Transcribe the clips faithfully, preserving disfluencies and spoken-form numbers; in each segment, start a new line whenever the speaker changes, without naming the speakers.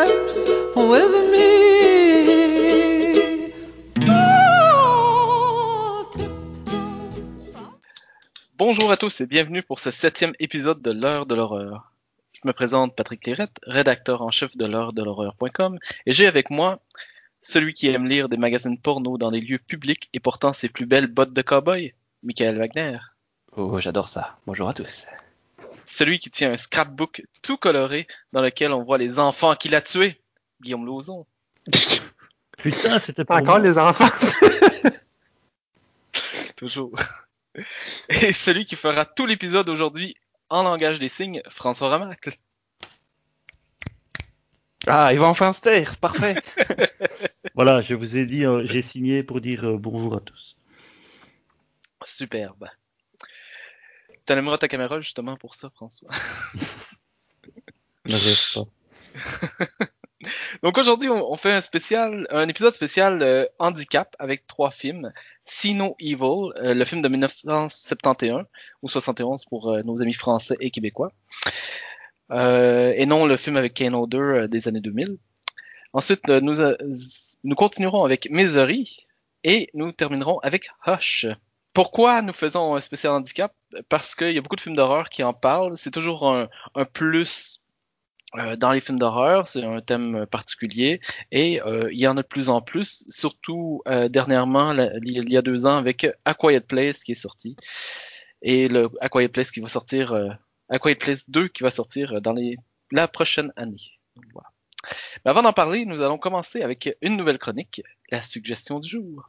lips with me.
Bonjour à tous et bienvenue pour ce septième épisode de l'Heure de l'horreur. Je me présente Patrick Lérette, rédacteur en chef de l'heure de l'horreur point com, et j'ai avec moi celui qui aime lire des magazines porno dans des lieux publics et portant ses plus belles bottes de cow-boy, Michael Wagner.
Oh, j'adore ça. Bonjour à tous.
Celui qui tient un scrapbook tout coloré dans lequel on voit les enfants qu'il a tués, Guillaume Lauzon.
Putain, c'était
C'est
pour
encore
moi.
les enfants.
Toujours. Et celui qui fera tout l'épisode aujourd'hui en langage des signes, François Ramacle.
Ah, il va enfin se taire. Parfait.
Voilà, je vous ai dit, euh, j'ai signé pour dire euh, bonjour à tous.
Superbe. Tu allumeras ta caméra justement pour ça, François.
Ne rêve pas.
Donc aujourd'hui, on, on fait un spécial, un épisode spécial euh, handicap avec trois films. See No Evil, euh, le film de dix-neuf cent soixante et onze ou soixante et onze pour euh, nos amis français et québécois. Euh, et non le film avec Kane Hodder euh, des années deux mille. Ensuite, euh, nous, euh, nous continuerons avec Misery et nous terminerons avec Hush. Pourquoi nous faisons un spécial handicap? Parce qu'il y a beaucoup de films d'horreur qui en parlent. C'est toujours un, un plus euh, dans les films d'horreur. C'est un thème particulier. Et euh, il y en a de plus en plus, surtout euh, dernièrement, la, il y a deux ans, avec A Quiet Place qui est sorti. Et le A Quiet Place qui va sortir, euh, A Quiet Place deux qui va sortir dans les, la prochaine année. Donc, voilà. Mais avant d'en parler, nous allons commencer avec une nouvelle chronique, la suggestion du jour.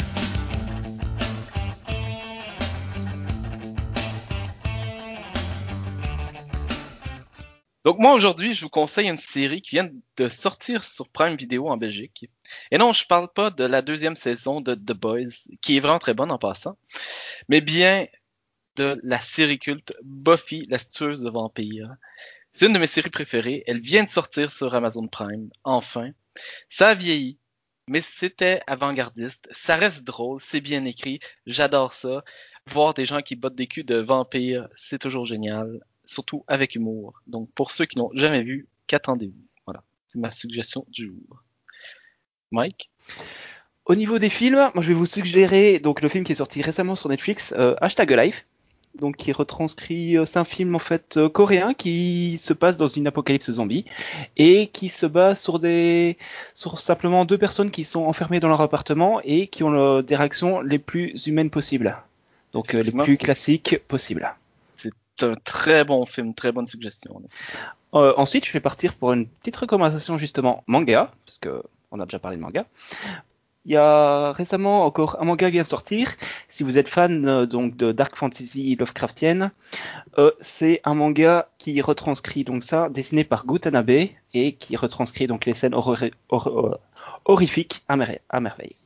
Donc moi aujourd'hui, je vous conseille une série qui vient de sortir sur Prime Video en Belgique. Et non, je parle pas de la deuxième saison de The Boys, qui est vraiment très bonne en passant, mais bien de la série culte Buffy, la tueuse de vampires. C'est une de mes séries préférées. Elle vient de sortir sur Amazon Prime, enfin. Ça a vieilli, mais c'était avant-gardiste. Ça reste drôle, c'est bien écrit. J'adore ça. Voir des gens qui bottent des culs de vampires, c'est toujours génial. Surtout avec humour. Donc, pour ceux qui n'ont jamais vu, qu'attendez-vous? Voilà. C'est ma suggestion du jour. Mike?
Au niveau des films, moi je vais vous suggérer donc le film qui est sorti récemment sur Netflix, euh, Hashtag Alive. Donc qui retranscrit, euh, c'est un film en fait euh, coréen qui se passe dans une apocalypse zombie et qui se base sur des, sur simplement deux personnes qui sont enfermées dans leur appartement et qui ont le, des réactions les plus humaines possibles. Donc euh, les plus
c'est...
classiques possibles.
C'est un très bon film, très bonne suggestion.
Euh, ensuite, je vais partir pour une petite recommandation justement manga, parce que on a déjà parlé de manga. Il y a récemment encore un manga qui vient de sortir. Si vous êtes fan euh, donc de Dark Fantasy Lovecraftienne, euh, c'est un manga qui retranscrit donc ça, dessiné par Gutanabe et qui retranscrit donc les scènes horror- hor- horrifiques à, mer- à merveille.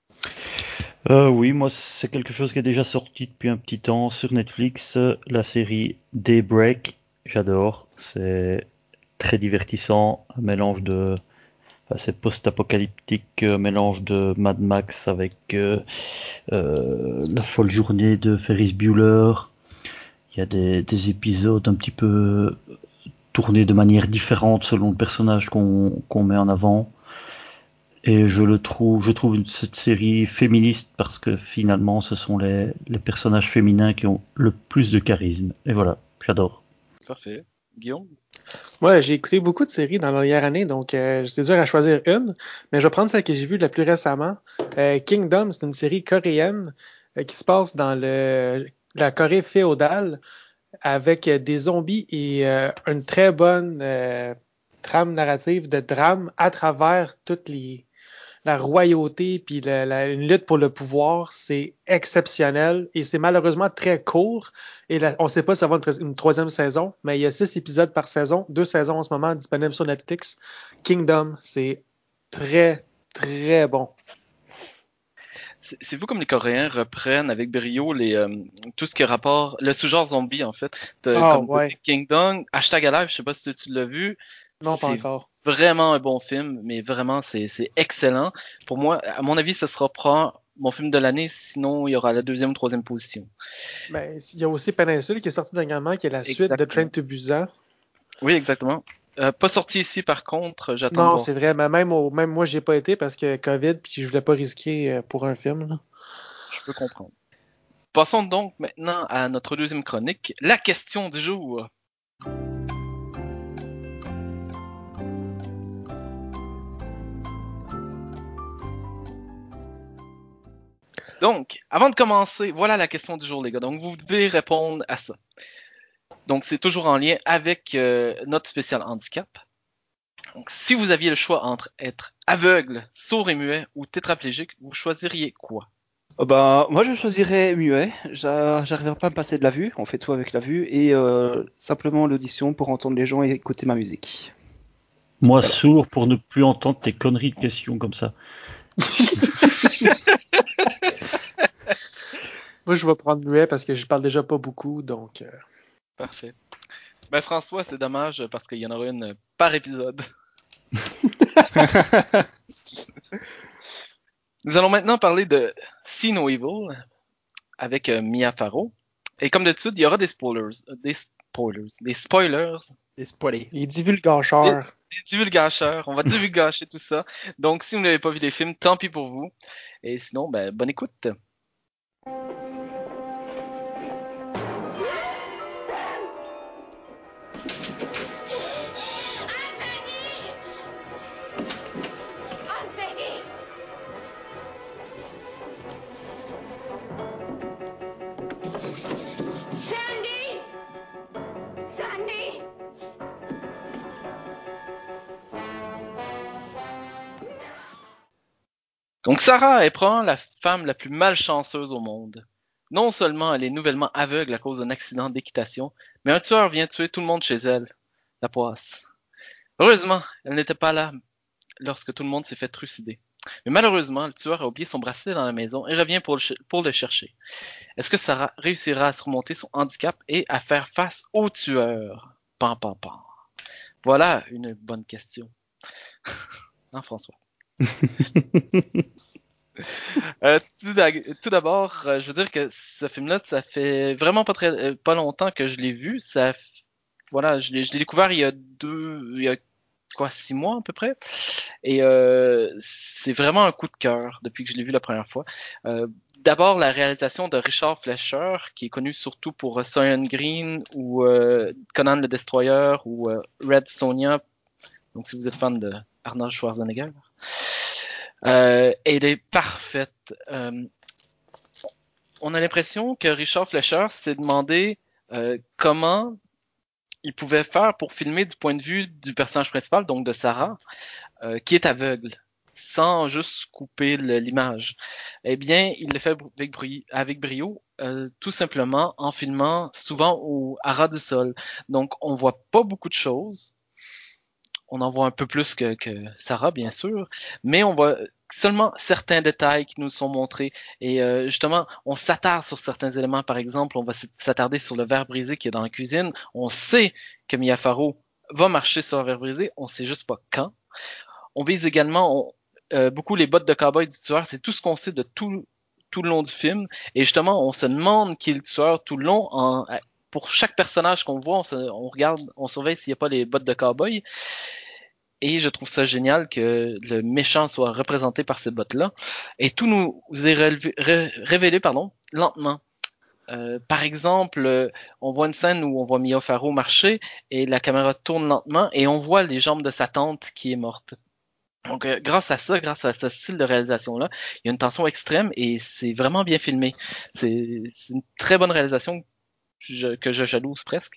Euh, oui, moi c'est quelque chose qui est déjà sorti depuis un petit temps sur Netflix, euh, la série Daybreak. J'adore, c'est très divertissant, un mélange de, enfin, c'est post-apocalyptique, euh, mélange de Mad Max avec euh, euh, la folle journée de Ferris Bueller. Il y a des, des épisodes un petit peu tournés de manière différente selon le personnage qu'on qu'on met en avant. Et je le trouve, je trouve une, cette série féministe parce que finalement, ce sont les, les personnages féminins qui ont le plus de charisme. Et voilà, j'adore.
Parfait. Guillaume?
Moi, j'ai écouté beaucoup de séries dans la dernière année, donc euh, c'est dur à choisir une, mais je vais prendre celle que j'ai vue la plus récemment. Euh, Kingdom, c'est une série coréenne euh, qui se passe dans le, la Corée féodale avec euh, des zombies et euh, une très bonne euh, trame narrative de drame à travers toutes les la royauté puis la, la, une lutte pour le pouvoir, c'est exceptionnel et c'est malheureusement très court. Et la, on ne sait pas si ça va être une, une troisième saison, mais il y a six épisodes par saison, deux saisons en ce moment disponibles sur Netflix. Kingdom, c'est très, très bon.
C'est, c'est vous comme les Coréens reprennent avec brio les, euh, tout ce qui est rapport, le sous-genre zombie en fait. T'as,
Ah
comme
ouais.
Kingdom, Hashtag Alive, je sais pas si tu l'as vu.
Non, pas
C'est
encore.
vraiment un bon film, mais vraiment c'est, c'est excellent. Pour moi, à mon avis, ce sera probablement mon film de l'année, sinon il y aura la deuxième ou troisième position.
Ben, il y a aussi Peninsula qui est sorti dernièrement, qui est la suite de Train
Exactement.
to Busan.
Oui, exactement. Euh, pas sorti ici par contre, j'attends de
Non,
voir.
c'est vrai, mais même, au, même moi, j'y ai pas été parce que COVID, puis je voulais pas risquer euh, pour un film. Là.
Je peux comprendre. Passons donc maintenant à notre deuxième chronique, la question du jour. Donc, avant de commencer, voilà la question du jour, les gars. Donc, vous devez répondre à ça. Donc, c'est toujours en lien avec euh, notre spécial handicap. Donc, si vous aviez le choix entre être aveugle, sourd et muet ou tétraplégique, vous choisiriez quoi?
Oh bah, moi, je choisirais muet. J'a- J'arriverai pas à me passer de la vue. On fait tout avec la vue et euh, simplement l'audition pour entendre les gens et écouter ma musique.
Moi,
Voilà.
sourd pour ne plus entendre tes conneries de questions comme ça.
Moi, je vais prendre muet parce que je parle déjà pas beaucoup, donc... euh,
Parfait. Ben, François, c'est dommage parce qu'il y en aura une par épisode. Nous allons maintenant parler de See No Evil avec euh, Mia Farrow. Et comme d'habitude, il y aura des spoilers. euh, Des spoilers. Des spoilers.
Les spoilés.
Il est
Des,
divulgacheur.
des divulgacheurs. On va divulgacher tout ça. Donc, si vous n'avez pas vu les films, tant pis pour vous. Et sinon, ben, bonne écoute.
I'm Peggy. Sandy! Sandy!
Donc, Sarah est probablement la femme la plus malchanceuse au monde. Non seulement elle est nouvellement aveugle à cause d'un accident d'équitation, mais un tueur vient tuer tout le monde chez elle. La poisse. Heureusement, elle n'était pas là lorsque tout le monde s'est fait trucider. Mais malheureusement, le tueur a oublié son bracelet dans la maison et revient pour le, ch- pour le chercher. Est-ce que Sarah réussira à surmonter son handicap et à faire face au tueur? Pam, pam, pam. Voilà une bonne question. Hein, François? Euh, tout d'ag- tout d'abord, euh, je veux dire que ce film-là, ça fait vraiment pas très, euh, pas longtemps que je l'ai vu. Ça, f- voilà, je l'ai, je l'ai découvert il y a deux, il y a quoi, six mois à peu près. Et euh, c'est vraiment un coup de cœur depuis que je l'ai vu la première fois. Euh, D'abord, la réalisation de Richard Fleischer, qui est connu surtout pour euh, Soylent Green ou euh, Conan le Destroyer ou euh, Red Sonja. Donc, si vous êtes fan de Arnold Schwarzenegger. Euh, elle est parfaite. Euh, on a l'impression que Richard Fleischer s'est demandé euh, comment il pouvait faire pour filmer du point de vue du personnage principal, donc de Sarah, euh, qui est aveugle, sans juste couper le- l'image. Eh bien, il le fait avec, brio, avec brio euh, tout simplement en filmant souvent au, à ras du sol. Donc, on voit pas beaucoup de choses. On en voit un peu plus que, que Sarah, bien sûr, mais on voit seulement certains détails qui nous sont montrés. Et euh, justement, on s'attarde sur certains éléments. Par exemple, on va s'attarder sur le verre brisé qui est dans la cuisine. On sait que Mia Farrow va marcher sur le verre brisé, on sait juste pas quand. On vise également on, euh, beaucoup les bottes de cow-boy du tueur. C'est tout ce qu'on sait de tout, tout le long du film. Et justement, on se demande qui est le tueur tout le long. En, pour chaque personnage qu'on voit, on, se, on regarde, on surveille s'il n'y a pas les bottes de cow-boy. Et je trouve ça génial que le méchant soit représenté par ces bottes-là. Et tout nous est relevé, ré, révélé pardon, lentement. Euh, par exemple, euh, on voit une scène où on voit Mia Farrow marcher et la caméra tourne lentement et on voit les jambes de sa tante qui est morte. Donc, euh, grâce à ça, grâce à ce style de réalisation-là, il y a une tension extrême et c'est vraiment bien filmé. C'est une très bonne réalisation que je, que je jalouse presque.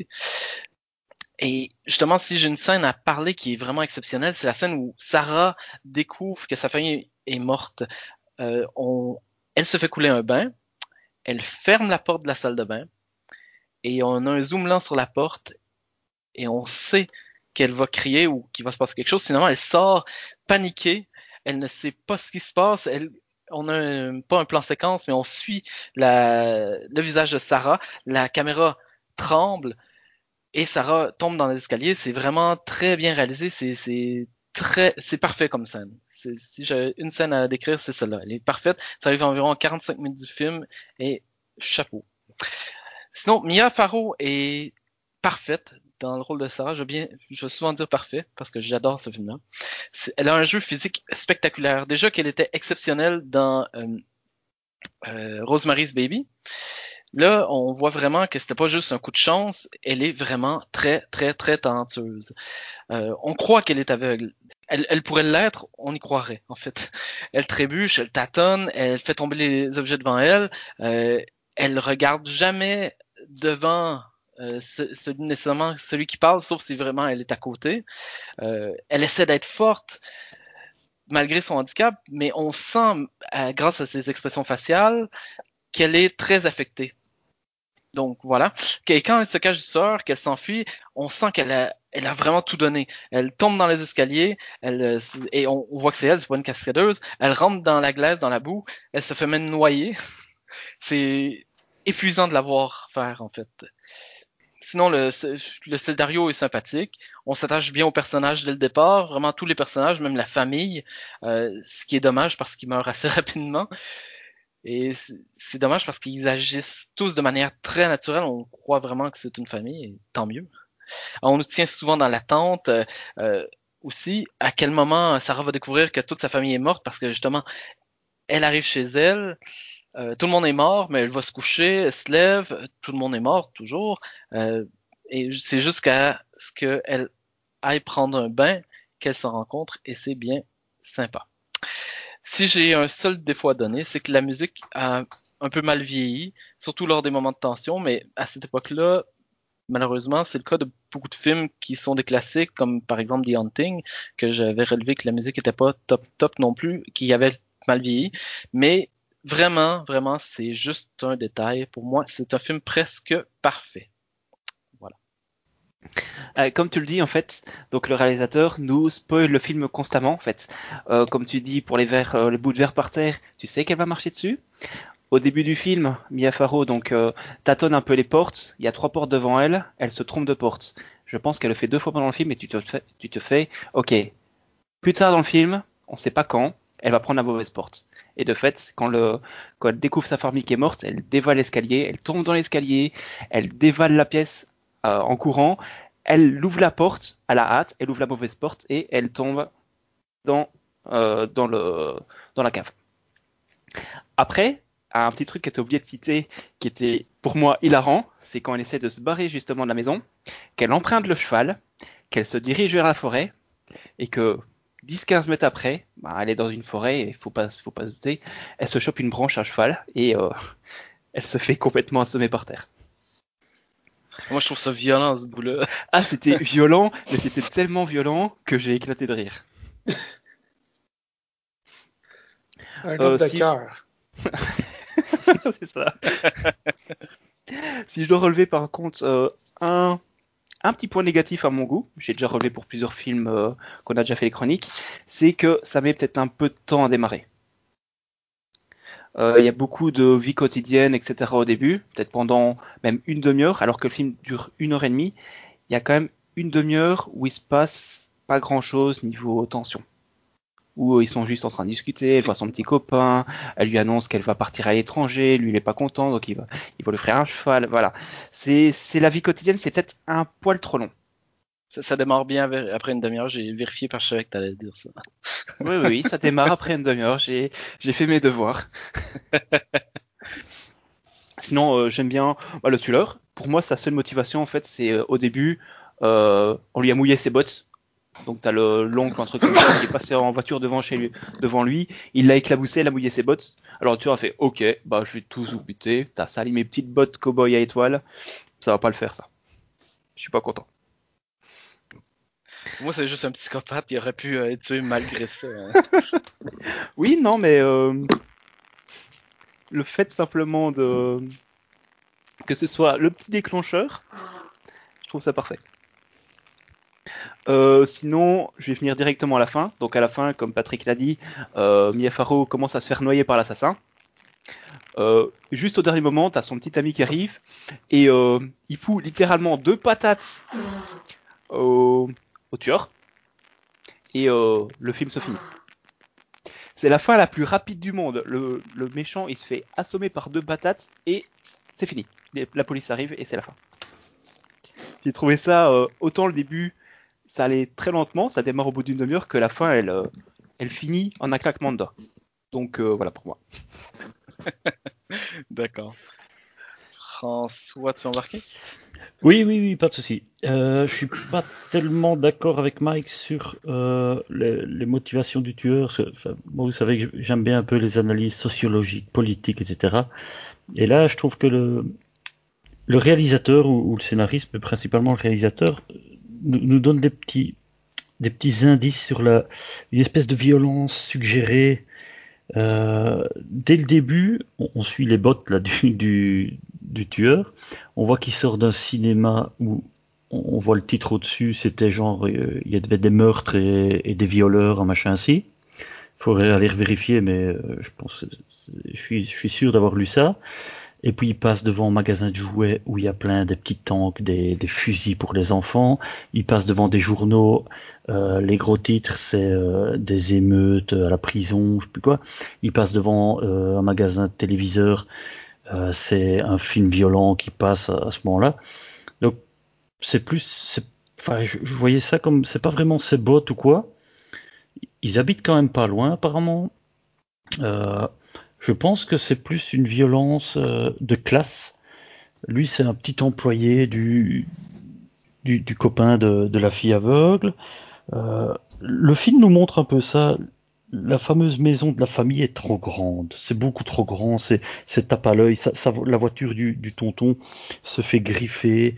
Et justement, si j'ai une scène à parler qui est vraiment exceptionnelle, c'est la scène où Sarah découvre que sa famille est morte. Euh, on, elle se fait couler un bain, elle ferme la porte de la salle de bain et on a un zoom lent sur la porte et on sait qu'elle va crier ou qu'il va se passer quelque chose. Finalement, elle sort paniquée, elle ne sait pas ce qui se passe. Elle, on a un, pas un plan séquence, mais on suit la, le visage de Sarah. La caméra tremble et Sarah tombe dans les escaliers. C'est vraiment très bien réalisé. C'est, c'est très, c'est parfait comme scène. C'est, si j'ai une scène à décrire, c'est celle-là. Elle est parfaite. Ça arrive environ à quarante-cinq minutes du film et chapeau. Sinon, Mia Farrow est parfaite. dans le rôle de Sarah, je veux bien, je veux souvent dire parfait, parce que j'adore ce film-là. C'est- elle a un jeu physique spectaculaire. Déjà qu'elle était exceptionnelle dans euh, euh, Rosemary's Baby. Là, on voit vraiment que c'était pas juste un coup de chance, elle est vraiment très, très, très talentueuse. Euh, on croit qu'elle est aveugle. Elle, elle pourrait l'être, on y croirait, en fait. Elle trébuche, elle tâtonne, elle fait tomber les objets devant elle, euh, elle regarde jamais devant euh, ce, ce- nécessairement celui qui parle, sauf si vraiment elle est à côté. Euh, elle essaie d'être forte malgré son handicap, mais on sent, euh, grâce à ses expressions faciales, qu'elle est très affectée. Donc voilà. Et quand elle se cache du sort, qu'elle s'enfuit, on sent qu'elle a, elle a vraiment tout donné. Elle tombe dans les escaliers, elle, euh, et on, on voit que c'est elle, c'est pas une cascadeuse. Elle rentre dans la glace, dans la boue, elle se fait même noyer. C'est épuisant de la voir faire, en fait. Sinon, le, le scénario est sympathique. On s'attache bien aux personnages dès le départ, vraiment tous les personnages, même la famille, euh, ce qui est dommage parce qu'ils meurent assez rapidement. Et c'est dommage parce qu'ils agissent tous de manière très naturelle. On croit vraiment que c'est une famille, et tant mieux. Alors, on nous tient souvent dans l'attente. Euh, euh, aussi, à quel moment Sarah va découvrir que toute sa famille est morte parce que justement, elle arrive chez elle, euh, tout le monde est mort, mais elle va se coucher, elle se lève, tout le monde est mort toujours. Euh, et c'est jusqu'à ce qu'elle aille prendre un bain qu'elle s'en rencontre et c'est bien sympa. Si j'ai un seul défaut à donner, c'est que la musique a un peu mal vieilli, surtout lors des moments de tension, mais à cette époque-là, malheureusement, c'est le cas de beaucoup de films qui sont des classiques, comme par exemple The Haunting, que j'avais relevé que la musique était pas top top non plus, qui avait mal vieilli, mais vraiment, vraiment, c'est juste un détail. Pour moi, c'est un film presque parfait. Voilà.
Euh, comme tu le dis, en fait, donc le réalisateur nous spoil le film constamment, en fait. Euh, comme tu dis, pour les verres, euh, les bouts de verre par terre, tu sais qu'elle va marcher dessus. Au début du film, Mia Farrow donc euh, tâtonne un peu les portes. Il y a trois portes devant elle. Elle se trompe de porte. Je pense qu'elle le fait deux fois pendant le film et tu te fais, tu te fais, ok. Plus tard dans le film, on sait pas quand, elle va prendre la mauvaise porte. Et de fait, quand, le, quand elle découvre sa famille qui est morte, elle dévale l'escalier, elle tombe dans l'escalier, elle dévale la pièce euh, en courant, elle ouvre la porte à la hâte, elle ouvre la mauvaise porte et elle tombe dans, euh, dans, le, dans la cave. Après, un petit truc que tu as oublié de citer, qui était pour moi hilarant, c'est quand elle essaie de se barrer justement de la maison, qu'elle emprunte le cheval, qu'elle se dirige vers la forêt, et que dix à quinze mètres après, bah, elle est dans une forêt, il faut pas, faut pas se douter, elle se chope une branche à cheval, et euh, elle se fait complètement assommer par terre.
Moi, je trouve ça violent, ce bout-là.
Ah, c'était violent, mais c'était tellement violent que j'ai éclaté de rire.
Un
Euh,
homme de
si
cœur.
C'est ça. Si je dois relever par contre euh, un, un petit point négatif à mon goût, j'ai déjà relevé pour plusieurs films euh, qu'on a déjà fait les chroniques, c'est que ça met peut-être un peu de temps à démarrer. Euh, Il y a beaucoup de vie quotidienne, et cetera au début, peut-être pendant même une demi-heure, alors que le film dure une heure et demie. Il y a quand même une demi-heure où il se passe pas grand-chose niveau tension. Où ils sont juste en train de discuter, elle voit son petit copain, elle lui annonce qu'elle va partir à l'étranger, lui il est pas content, donc il va, il va lui offrir un cheval, voilà. C'est, c'est la vie quotidienne, c'est peut-être un poil trop long.
Ça, ça démarre bien vers- après une demi-heure. J'ai vérifié parce que je savais que t'allais dire ça.
Oui, oui, oui, ça démarre après une demi-heure, j'ai, j'ai fait mes devoirs. Sinon, euh, j'aime bien bah, le tueur. Pour moi, sa seule motivation, en fait, c'est euh, au début, euh, on lui a mouillé ses bottes. Donc t'as le l'oncle, un truc comme ça, qui est passé en voiture devant chez lui, devant lui. Il l'a éclaboussé, il a mouillé ses bottes. Alors le tueur a fait, ok, bah je vais tous vous buter. T'as sali mes petites bottes cow-boy à étoiles. Ça va pas le faire, ça. Je suis pas content.
Moi, c'est juste un psychopathe. Il aurait pu euh, être tué malgré ça. Hein.
Oui, non, mais euh, le fait simplement de que ce soit le petit déclencheur, je trouve ça parfait. Euh, sinon, je vais finir directement à la fin. Donc à la fin, comme Patrick l'a dit, euh, Mia Farrow commence à se faire noyer par l'assassin. Euh, juste au dernier moment, t'as son petit ami qui arrive et euh, il fout littéralement deux patates au, au tueur et euh, le film se finit. C'est la fin la plus rapide du monde. Le, le méchant, il se fait assommer par deux patates et c'est fini. La police arrive et c'est la fin. J'ai trouvé ça, euh, autant le début, ça allait très lentement, ça démarre au bout d'une demi-heure, que la fin, elle, euh, elle finit en un claquement de doigts. Donc euh, voilà pour moi.
D'accord. François, tu veux embarquer?
Oui, oui, oui, pas de souci. Euh, je suis pas tellement d'accord avec Mike sur euh, les, les motivations du tueur. Parce que, enfin, moi, vous savez que j'aime bien un peu les analyses sociologiques, politiques, et cetera. Et là, je trouve que le, le réalisateur ou, ou le scénariste, mais principalement le réalisateur, nous, nous donne des petits, des petits indices sur la, une espèce de violence suggérée. Euh, dès le début, on, on suit les bottes là, du, du, du tueur. On voit qu'il sort d'un cinéma où on, on voit le titre au-dessus, c'était genre, euh, il y avait des meurtres et, et des violeurs, un machin ainsi. Il faudrait aller vérifier, mais euh, je pense, je suis, je suis sûr d'avoir lu ça. Et puis il passe devant un magasin de jouets où il y a plein de petits tanks, des, des fusils pour les enfants. Il passe devant des journaux. Euh, les gros titres, c'est euh, des émeutes à la prison, je sais plus quoi. Il passe devant euh, un magasin de téléviseurs. Euh, c'est un film violent qui passe à, à ce moment-là. Donc c'est plus, c'est, enfin, je, je voyais ça comme, c'est pas vraiment ses bots ou quoi. Ils habitent quand même pas loin apparemment. Euh, je pense que c'est plus une violence euh, de classe. Lui, c'est un petit employé du, du, du copain de, de la fille aveugle. Euh, le film nous montre un peu ça. La fameuse maison de la famille est trop grande. C'est beaucoup trop grand. C'est, c'est tape à l'œil. Ça, ça, la voiture du, du tonton se fait griffer.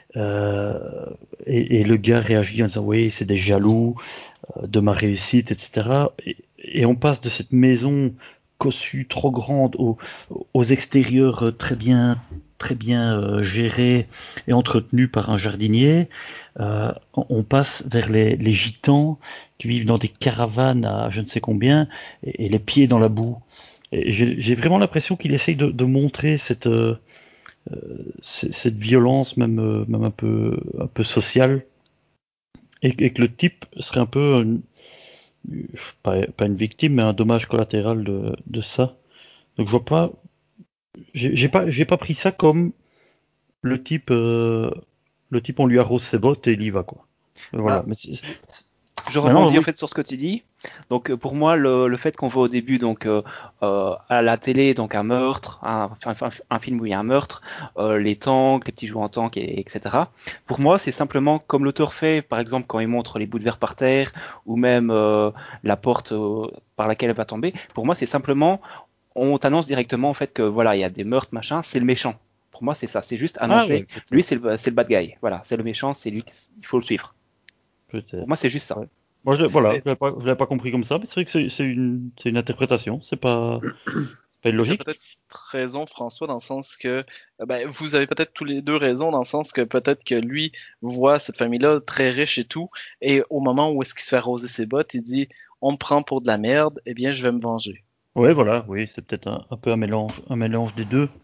Euh, et, et le gars réagit en disant oui, c'est des jaloux euh, de ma réussite, et cetera. Et, et on passe de cette maison cossue, trop grande, aux, aux extérieurs euh, très bien, très bien euh, gérés et entretenus par un jardinier. Euh, on passe vers les, les gitans qui vivent dans des caravanes à je ne sais combien et, et les pieds dans la boue. Et j'ai, j'ai vraiment l'impression qu'il essaye de, de montrer cette, euh, cette violence, même, euh, même un peu, un peu sociale, et, et que le type serait un peu une, pas, pas une victime, mais un dommage collatéral de, de ça. Donc je vois pas, j'ai j'ai pas, j'ai pas pris ça comme le type, euh, le type on lui arrose ses bottes et il y va quoi. Voilà.
Bah,
Mais c'est-
je
maintenant,
rebondis en
oui.
fait sur ce que tu dis. Donc euh, pour moi, le, le fait qu'on voit au début donc euh, euh, à la télé donc un meurtre, un, un, un film où il y a un meurtre, euh, les tanks, les petits jouets en tank, et, etc. Pour moi, c'est simplement comme l'auteur fait, par exemple quand il montre les bouts de verre par terre ou même euh, la porte euh, par laquelle elle va tomber. Pour moi, c'est simplement on t'annonce directement en fait que voilà, il y a des meurtres, machin, c'est le méchant. Pour moi, c'est ça. C'est juste
Ah
annoncer,
ouais,
lui
peut-être,
c'est le, c'est le bad guy. Voilà, c'est le méchant, c'est lui, il faut le suivre. Pour moi,
peut-être.
c'est juste ça.
Ouais. Moi, je, l'ai- voilà,
Mais
je l'avais pas, je l'avais pas compris comme ça, mais c'est vrai que c'est, c'est une, c'est une interprétation. C'est pas, pas
tu as
illogique.
peut-être raison, François, dans le sens que euh, ben, vous avez peut-être tous les deux raison, dans le sens que peut-être que lui voit cette famille-là très riche et tout, et au moment où est-ce qu'il se fait arroser ses bottes, il dit on me prend pour de la merde, eh bien je vais me venger.
Ouais, voilà, oui, c'est peut-être un, un peu un mélange, un mélange des deux.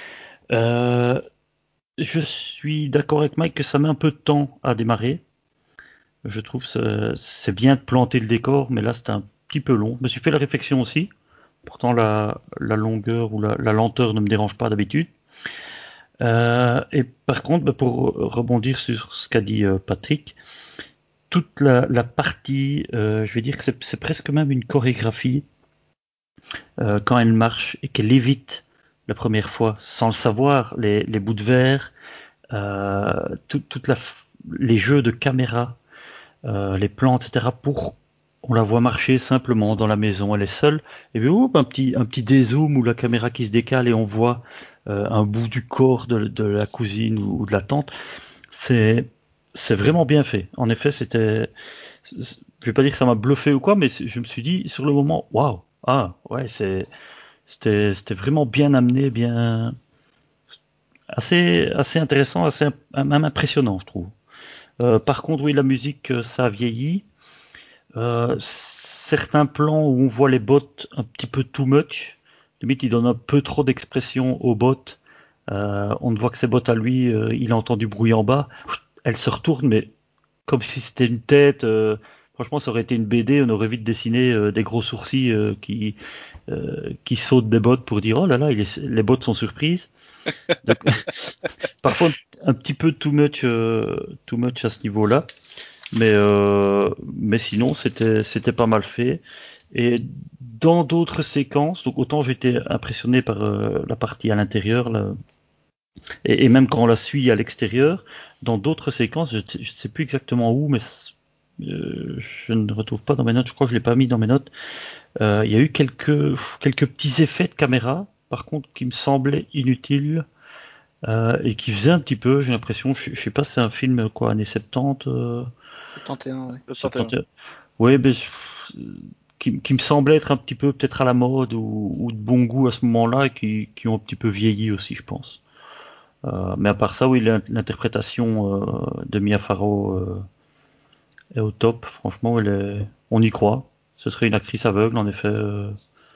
Euh, je suis d'accord avec Mike que ça met un peu de temps à démarrer. Je trouve que c'est bien de planter le décor, mais là c'est un petit peu long. Je me suis fait la réflexion aussi. Pourtant la, la longueur ou la, la lenteur ne me dérange pas d'habitude. Euh, et par contre, bah, pour rebondir sur ce qu'a dit euh, Patrick, toute la, la partie, euh, je vais dire que c'est, c'est presque même une chorégraphie euh, quand elle marche et qu'elle évite la première fois, sans le savoir, les, les bouts de verre, euh, tout, toute la, les jeux de caméra, euh, les plans, et cetera. Pour on la voit marcher simplement dans la maison, elle est seule, et puis oup, un petit un petit dézoom ou la caméra qui se décale et on voit euh, un bout du corps de, de la cousine ou, ou de la tante. C'est c'est vraiment bien fait. En effet, c'était, je vais pas dire que ça m'a bluffé ou quoi, mais je me suis dit sur le moment, waouh, ah ouais, c'est c'était c'était vraiment bien amené, bien assez assez intéressant, assez même impressionnant, je trouve. Euh, par contre, oui, la musique, euh, ça a vieilli. Euh, certains plans où on voit les bots un petit peu too much, limite, il donne un peu trop d'expression aux bots. Euh, on ne voit que ses bots à lui, euh, il entend du bruit en bas. Elle se retourne, mais comme si c'était une tête. Euh, franchement, ça aurait été une B D, on aurait vite dessiné euh, des gros sourcils euh, qui, euh, qui sautent des bots pour dire oh là là, il est, les bots sont surprises. Donc, parfois un petit peu too much, euh, too much à ce niveau-là, mais euh, mais sinon c'était c'était pas mal fait. Et dans d'autres séquences, donc autant j'étais impressionné par euh, la partie à l'intérieur, là, et, et même quand on la suit à l'extérieur, dans d'autres séquences, je ne sais plus exactement où, mais euh, je ne retrouve pas dans mes notes, je crois que je l'ai pas mis dans mes notes. Euh, Il y a eu quelques quelques petits effets de caméra, par contre, qui me semblaient inutiles. Euh, et qui faisaient un petit peu, j'ai l'impression, je, je sais pas, c'est un film quoi, années soixante-dix, euh,
soixante et un, ouais.
soixante-et-un. Oui, mais qui, qui me semblait être un petit peu peut-être à la mode ou, ou de bon goût à ce moment-là et qui, qui ont un petit peu vieilli aussi, je pense. Euh, mais à part ça, oui, l'in- l'interprétation euh, de Mia Farrow euh, est au top. Franchement, elle est... on y croit. Ce serait une actrice aveugle, en effet. euh,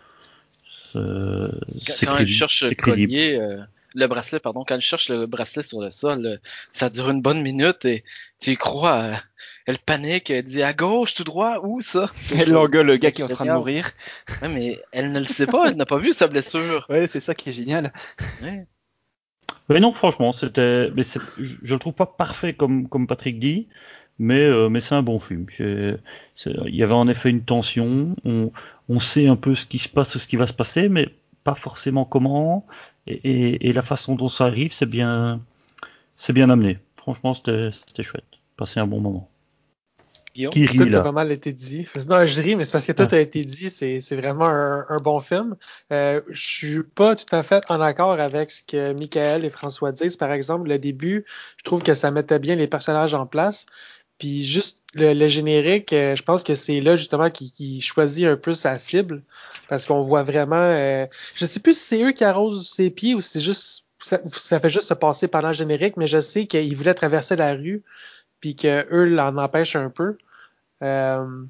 c'est
Quand,
c'est
quand elle
crédible.
cherche le
C'est crédible.
collier, euh, le bracelet, pardon, quand elle cherche le bracelet sur le sol, euh, ça dure une bonne minute et tu y crois. euh, elle panique, elle dit à gauche, tout droit, où ça?
Elle l'engueule le gars qui est en train de
Génial.
mourir.
Ouais, mais elle ne le sait pas, elle n'a pas vu sa blessure.
Ouais, c'est ça qui est génial.
Ouais.
Mais non, franchement, c'était, mais c'est- je je le trouve pas parfait comme comme Patrick dit, mais euh, mais c'est un bon film. J'ai- c'est- Il y avait en effet une tension. On on sait un peu ce qui se passe, ce qui va se passer, mais pas forcément comment. Et, et, et la façon dont ça arrive, c'est bien c'est bien amené. Franchement, c'était c'était chouette. Passer un bon moment.
Guillaume?
Qui rit
Tout a
là?
pas mal été dit. Non, je ris, mais c'est parce que tout
Ah.
a été dit. C'est, c'est vraiment un, un bon film. Euh, je suis pas tout à fait en accord avec ce que Michael et François disent. Par exemple, le début, je trouve que ça mettait bien les personnages en place. Puis juste le, le générique, euh, je pense que c'est là justement qui, qui choisit un peu sa cible. Parce qu'on voit vraiment... Euh, je sais plus si c'est eux qui arrosent ses pieds ou si c'est juste... Ça, ça fait juste se passer pendant le générique, mais je sais qu'ils voulaient traverser la rue puis que eux l'en empêchent un peu. Euh,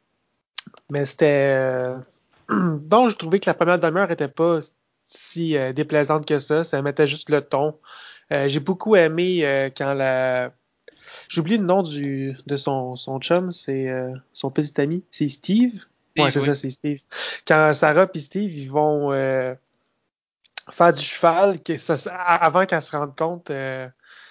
mais c'était... Euh... Donc, je trouvais que la première demi-heure était pas si euh, déplaisante que ça. Ça mettait juste le ton. Euh, j'ai beaucoup aimé euh, quand la... J'oublie le nom du, de son, son chum, c'est euh, son petit ami. C'est Steve? Ouais,
Steve,
c'est
oui.
ça, c'est Steve. Quand Sarah et Steve, ils vont euh, faire du cheval, que ça, avant qu'elle se rende compte euh,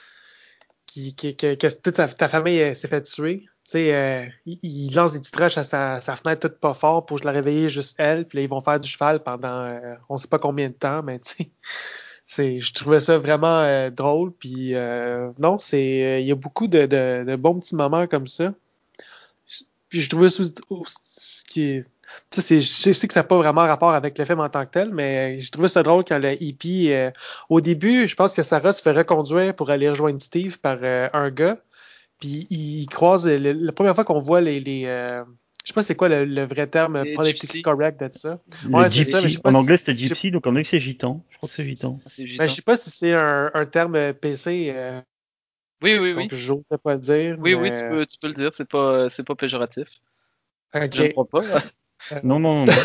qui, qui- que, que toute ta, ta famille euh, s'est fait tuer. Tu sais, euh, il, il lance des petites roches à sa, sa fenêtre toute pas fort pour la réveiller juste elle, puis là, ils vont faire du cheval pendant euh, on sait pas combien de temps, mais tu sais, c'est, je trouvais ça vraiment euh, drôle, puis euh, non, c'est, euh, il y a beaucoup de, de, de bons petits moments comme ça. Puis je trouvais aussi, ce qui est, tu sais, c'est- je sais que ça n'a pas vraiment rapport avec le film en tant que tel, mais je trouvais ça drôle quand le hippie, euh, au début, je pense que Sarah se fait reconduire pour aller rejoindre Steve par euh, un gars, puis il croise, le- la première fois qu'on voit les, les euh, je sais pas c'est quoi le, le vrai terme
Les
politically
gypsies.
correct de ça.
Les
Ouais, c'est ça, mais je
gypsies.
sais pas
En anglais,
si,
c'était
je sais,
gypsy, donc en anglais, c'est gitan. Je crois que c'est gitan.
Ah, c'est
ben, je
gitan.
sais pas si c'est un, un terme P C, euh,
Oui, oui, oui.
donc j'ose pas le dire,
Oui, oui, tu
mais
peux, tu peux le dire, c'est pas, c'est pas péjoratif. Je ne
ok.
crois pas.
Euh,
Non, non, non, non.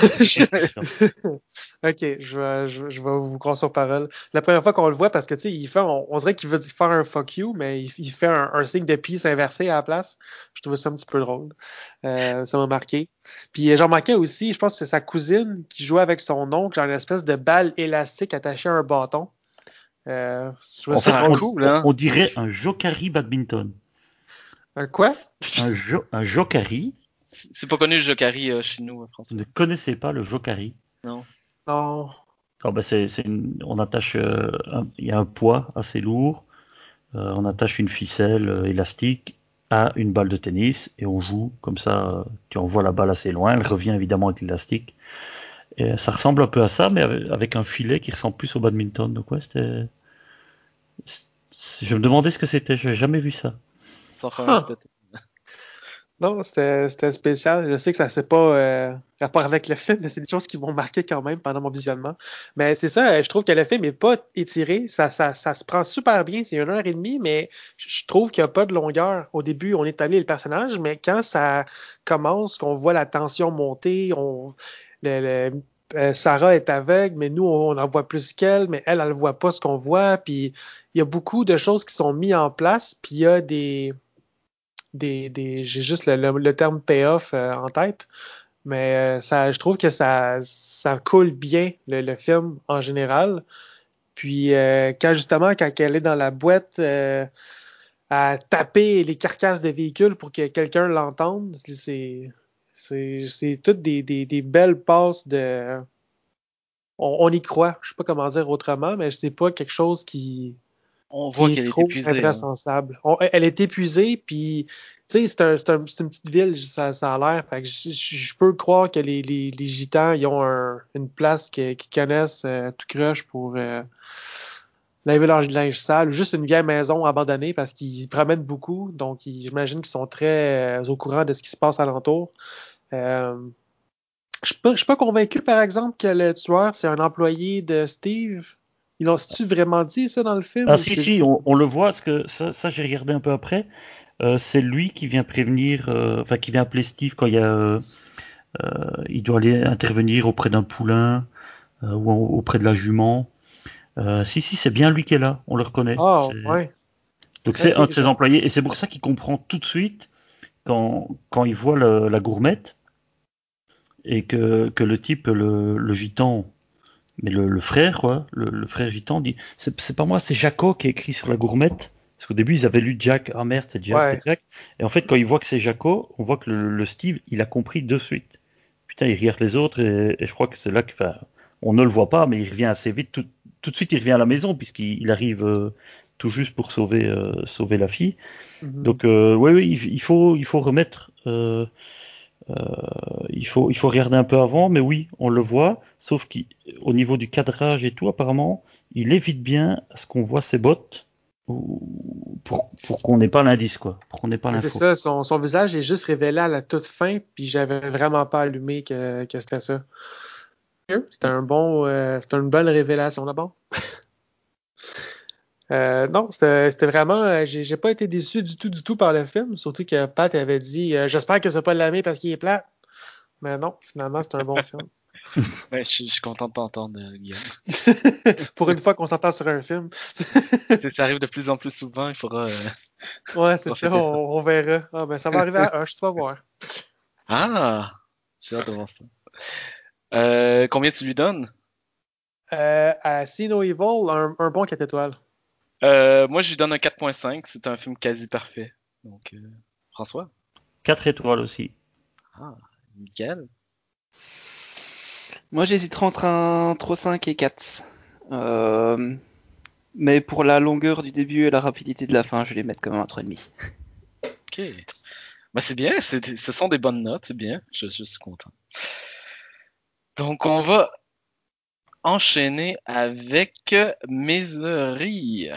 Ok, je vais, je, je vais vous croire sur parole. La première fois qu'on le voit, parce que tu sais, il fait, on, on dirait qu'il veut faire un fuck you, mais il, il fait un, un signe de peace inversé à la place. Je trouvais ça un petit peu drôle. Euh, ça m'a marqué. Puis euh, j'ai remarqué aussi, je pense que c'est sa cousine qui jouait avec son oncle, genre une espèce de balle élastique attachée à un bâton. Euh, je trouvais
En
ça
fait,
Ah,
drôle
on,
aussi.
cool,
on-
hein?
on dirait un Jokari badminton.
Un quoi?
Un, jo- un Jokari.
C'est c'est pas connu le Jokari euh, chez nous, euh,
Vous
François.
ne connaissez pas le Jokari.
Non.
Non.
Ah bah c'est, c'est une- on attache, euh, un- il y a un poids assez lourd. Euh, on attache une ficelle euh, élastique à une balle de tennis et on joue comme ça. euh, Tu envoies la balle assez loin. Elle revient évidemment avec l'élastique. Et ça ressemble un peu à ça, mais avec, avec un filet qui ressemble plus au badminton. Donc ouais, c'était. c'est- Je me demandais ce que c'était. J'avais jamais vu ça.
Ça fait un
Huh.
spectacle.
Non, c'était c'était spécial. Je sais que ça c'est pas euh, rapport avec le film, mais c'est des choses qui vont marquer quand même pendant mon visionnement. Mais c'est ça, je trouve que le film est pas étiré. Ça, ça, ça se prend super bien. C'est une heure et demie, mais je trouve qu'il n'y a pas de longueur. Au début, on établit le personnage, mais quand ça commence, qu'on voit la tension monter, on, le, le- euh, Sarah est aveugle, mais nous, on en voit plus qu'elle, mais elle, elle ne voit pas ce qu'on voit. Puis il y a beaucoup de choses qui sont mises en place, puis il y a des des, des j'ai juste le, le, le terme payoff euh, en tête, mais euh, ça, je trouve que ça, ça coule bien le, le film en général. Puis euh, quand justement, quand elle est dans la boîte euh, à taper les carcasses de véhicules pour que quelqu'un l'entende, c'est c'est c'est toutes des, des, des belles passes de on, on y croit. Je sais pas comment dire autrement, mais c'est pas quelque chose qui
On voit
qui est
qu'elle est
trop
épuisée. Hein.
invraisemblable. On- elle est épuisée, puis tu sais, c'est un, c'est un- c'est une petite ville, ça, ça a l'air. Fait que je, je- je peux croire que les, les, les Gitans, ils ont un- une place que- qu'ils connaissent euh, tout croche pour euh, laver leur linge sale, ou juste une vieille maison abandonnée parce qu'ils y promènent beaucoup, donc ils- j'imagine qu'ils sont très euh, au courant de ce qui se passe alentour. Euh, je suis pas, je suis pas convaincu, par exemple, que le tueur, c'est un employé de Steve. Ils l'ont-tu vraiment dit, ça, dans le film?
Ah
Ou
si,
c'est
si,
juste...
on, on le voit, parce que ça, ça j'ai regardé un peu après. Euh, c'est lui qui vient prévenir, euh, enfin qui vient appeler Steve quand il y a, euh, euh, il doit aller intervenir auprès d'un poulain euh, ou en- auprès de la jument. Euh, si, si, c'est bien lui qui est là, on le reconnaît.
Ah,
C'est-
ouais.
Donc c'est
Ok,
un de ses
je-
employés, et c'est pour ça qu'il comprend tout de suite quand, quand il voit le- la gourmette et que, que le type, le, le gitan, mais le, le frère, quoi, le, le frère gitan dit, c'est c'est pas moi, c'est Jaco qui est écrit sur la gourmette. Parce qu'au début, ils avaient lu Jack, ah merde, c'est Jack,
ouais.
c'est Jack. Et en fait, quand ils voient que c'est Jaco, on voit que le, le Steve, il a compris de suite. Putain, il regarde les autres, et, et je crois que c'est là que, enfin, on ne le voit pas, mais il revient assez vite. Tout, tout de suite, il revient à la maison, puisqu'il il arrive euh, tout juste pour sauver, euh, sauver la fille.
Mhm.
Donc, euh, oui, oui, il, il faut, il faut remettre, euh, euh, il faut, il faut regarder un peu avant, mais oui, on le voit, sauf qu'au niveau du cadrage et tout, apparemment, il évite bien à ce qu'on voit ses bottes ou- pour, pour qu'on n'ait pas l'indice, quoi, pour qu'on n'ait pas
Mais c'est
l'info.
ça, son, son visage est juste révélé à la toute fin, puis j'avais vraiment pas allumé que, que c'était ça. C'était un bon, euh, c'était une bonne révélation d'abord. Euh, non, c'était c'était vraiment, euh, j'ai j'ai pas été déçu du tout, du tout par le film, surtout que Pat avait dit, euh, j'espère que ça va pas l'aimer parce qu'il est plat. Mais non, finalement, c'est un bon film.
Ouais, je, suis je suis content de t'entendre, euh, Guillaume.
Pour une fois qu'on s'entend sur un film.
Si ça arrive de plus en plus souvent, il faudra. euh,
Ouais, c'est
faudra
ça,
fêter ça.
on, on verra. Ah, ben, ça va arriver à Hush, tu vas voir.
Ah! J'ai hâte de voir ça. Euh, combien tu lui donnes?
Euh, à See No Evil, un, un bon quatre étoiles.
Euh, moi, je lui donne un quatre point cinq. C'est un film quasi parfait. Donc, euh, François?
Quatre étoiles aussi.
Ah, nickel.
Moi, j'hésiterais entre un trois cinq et quatre. Euh, mais pour la longueur du début et la rapidité de la fin, je vais les mettre quand même un trois virgule cinq.
Ok. Bah, c'est bien. c'est- Ce sont des bonnes notes. C'est bien. Je, je suis content. Donc, on va enchaîner avec Misery.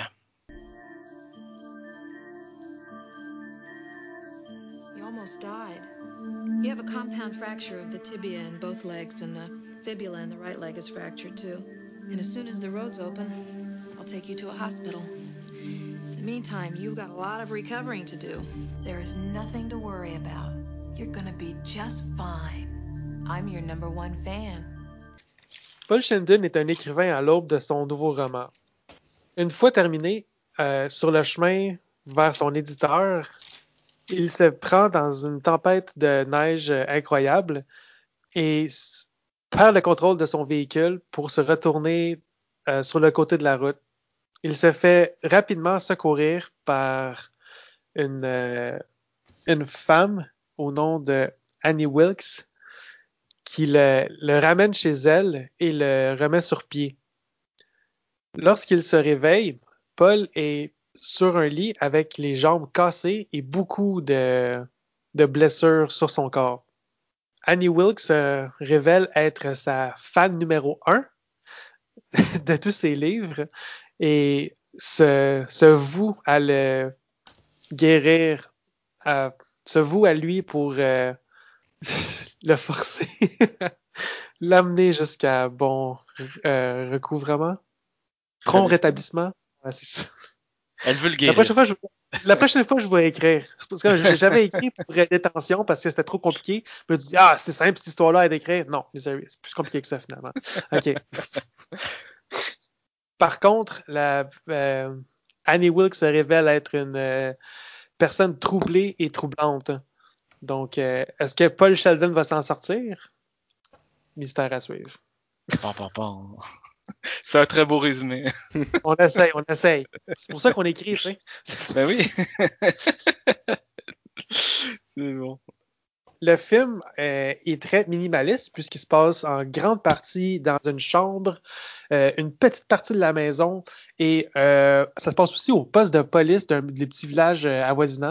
You almost died. You have a compound fracture of the tibia in both legs, and the fibula in the right leg is fractured too. And as soon as the road's open, I'll take you to a hospital. In the meantime, you've got a lot of recovering to do.
There is nothing to worry about. You're gonna be just fine. I'm your number one fan.
Paul Sheldon est un écrivain à l'aube de son nouveau roman. Une fois terminé, euh, sur le chemin vers son éditeur, il se prend dans une tempête de neige euh, incroyable et s- perd le contrôle de son véhicule pour se retourner euh, sur le côté de la route. Il se fait rapidement secourir par une, euh, une femme au nom de Annie Wilkes qui le, le ramène chez elle et le remet sur pied. Lorsqu'il se réveille, Paul est sur un lit avec les jambes cassées et beaucoup de, de blessures sur son corps. Annie Wilkes se révèle être sa fan numéro un de tous ses livres et se, se voue à le guérir, à, se voue à lui pour euh, le forcer, l'amener jusqu'à bon euh, recouvrement, prompt rétablissement. Ouais, c'est ça.
Elle veut le
La prochaine
guérir.
fois, je, la prochaine fois, je vais écrire. C'est parce que j'ai jamais écrit pour détention parce que c'était trop compliqué. Je me dis, ah, c'est simple, cette histoire-là à décrire. Non, mais c'est c'est plus compliqué que ça, finalement. OK. Par contre, la, euh, Annie Wilkes se révèle être une euh, personne troublée et troublante. Donc, euh, est-ce que Paul Sheldon va s'en sortir? Mystère à suivre.
Pam, pam, pam. C'est un très beau résumé.
On essaye, on essaye. C'est pour ça qu'on écrit, tu sais.
Ben oui. C'est bon.
Le film euh, est très minimaliste puisqu'il se passe en grande partie dans une chambre, euh, une petite partie de la maison et euh, ça se passe aussi au poste de police d'un des petits villages euh, avoisinants.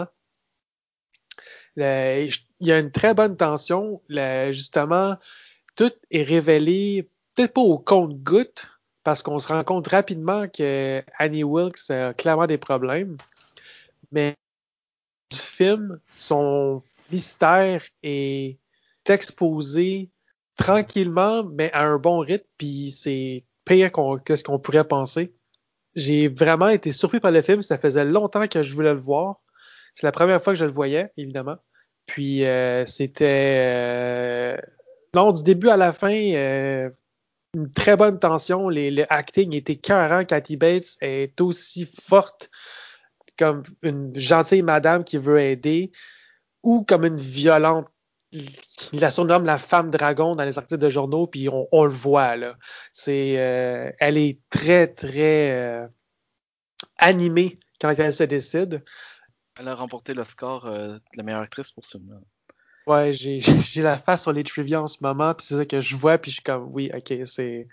Le- Il y a une très bonne tension. Le- justement, tout est révélé, peut-être pas au compte-gouttes, parce qu'on se rend compte rapidement que Annie Wilkes a clairement des problèmes. Mais du film, son mystère est exposé tranquillement, mais à un bon rythme, puis c'est pire qu'on- que ce qu'on pourrait penser. J'ai vraiment été surpris par le film. Ça faisait longtemps que je voulais le voir. C'est la première fois que je le voyais, évidemment. Puis euh, c'était... euh, Non, du début à la fin, euh, une très bonne tension. Les, le acting était écœurant. Kathy Bates est aussi forte comme une gentille madame qui veut aider ou comme une violente. Il la surnomme la femme dragon dans les articles de journaux, puis on, on le voit là. C'est, euh, elle est très très euh, animée quand elle se décide.
Elle a remporté l'Oscar euh, de la meilleure actrice pour ce film.
Ouais, j'ai j'ai la face sur les trivia en ce moment, puis c'est ça que je vois, puis je suis comme oui, ok, c'est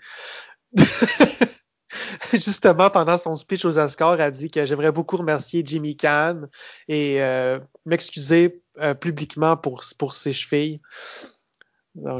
justement pendant son speech aux Oscars, elle a dit que j'aimerais beaucoup remercier Jimmy Caan et euh, m'excuser euh, publiquement pour pour ses chevilles. Donc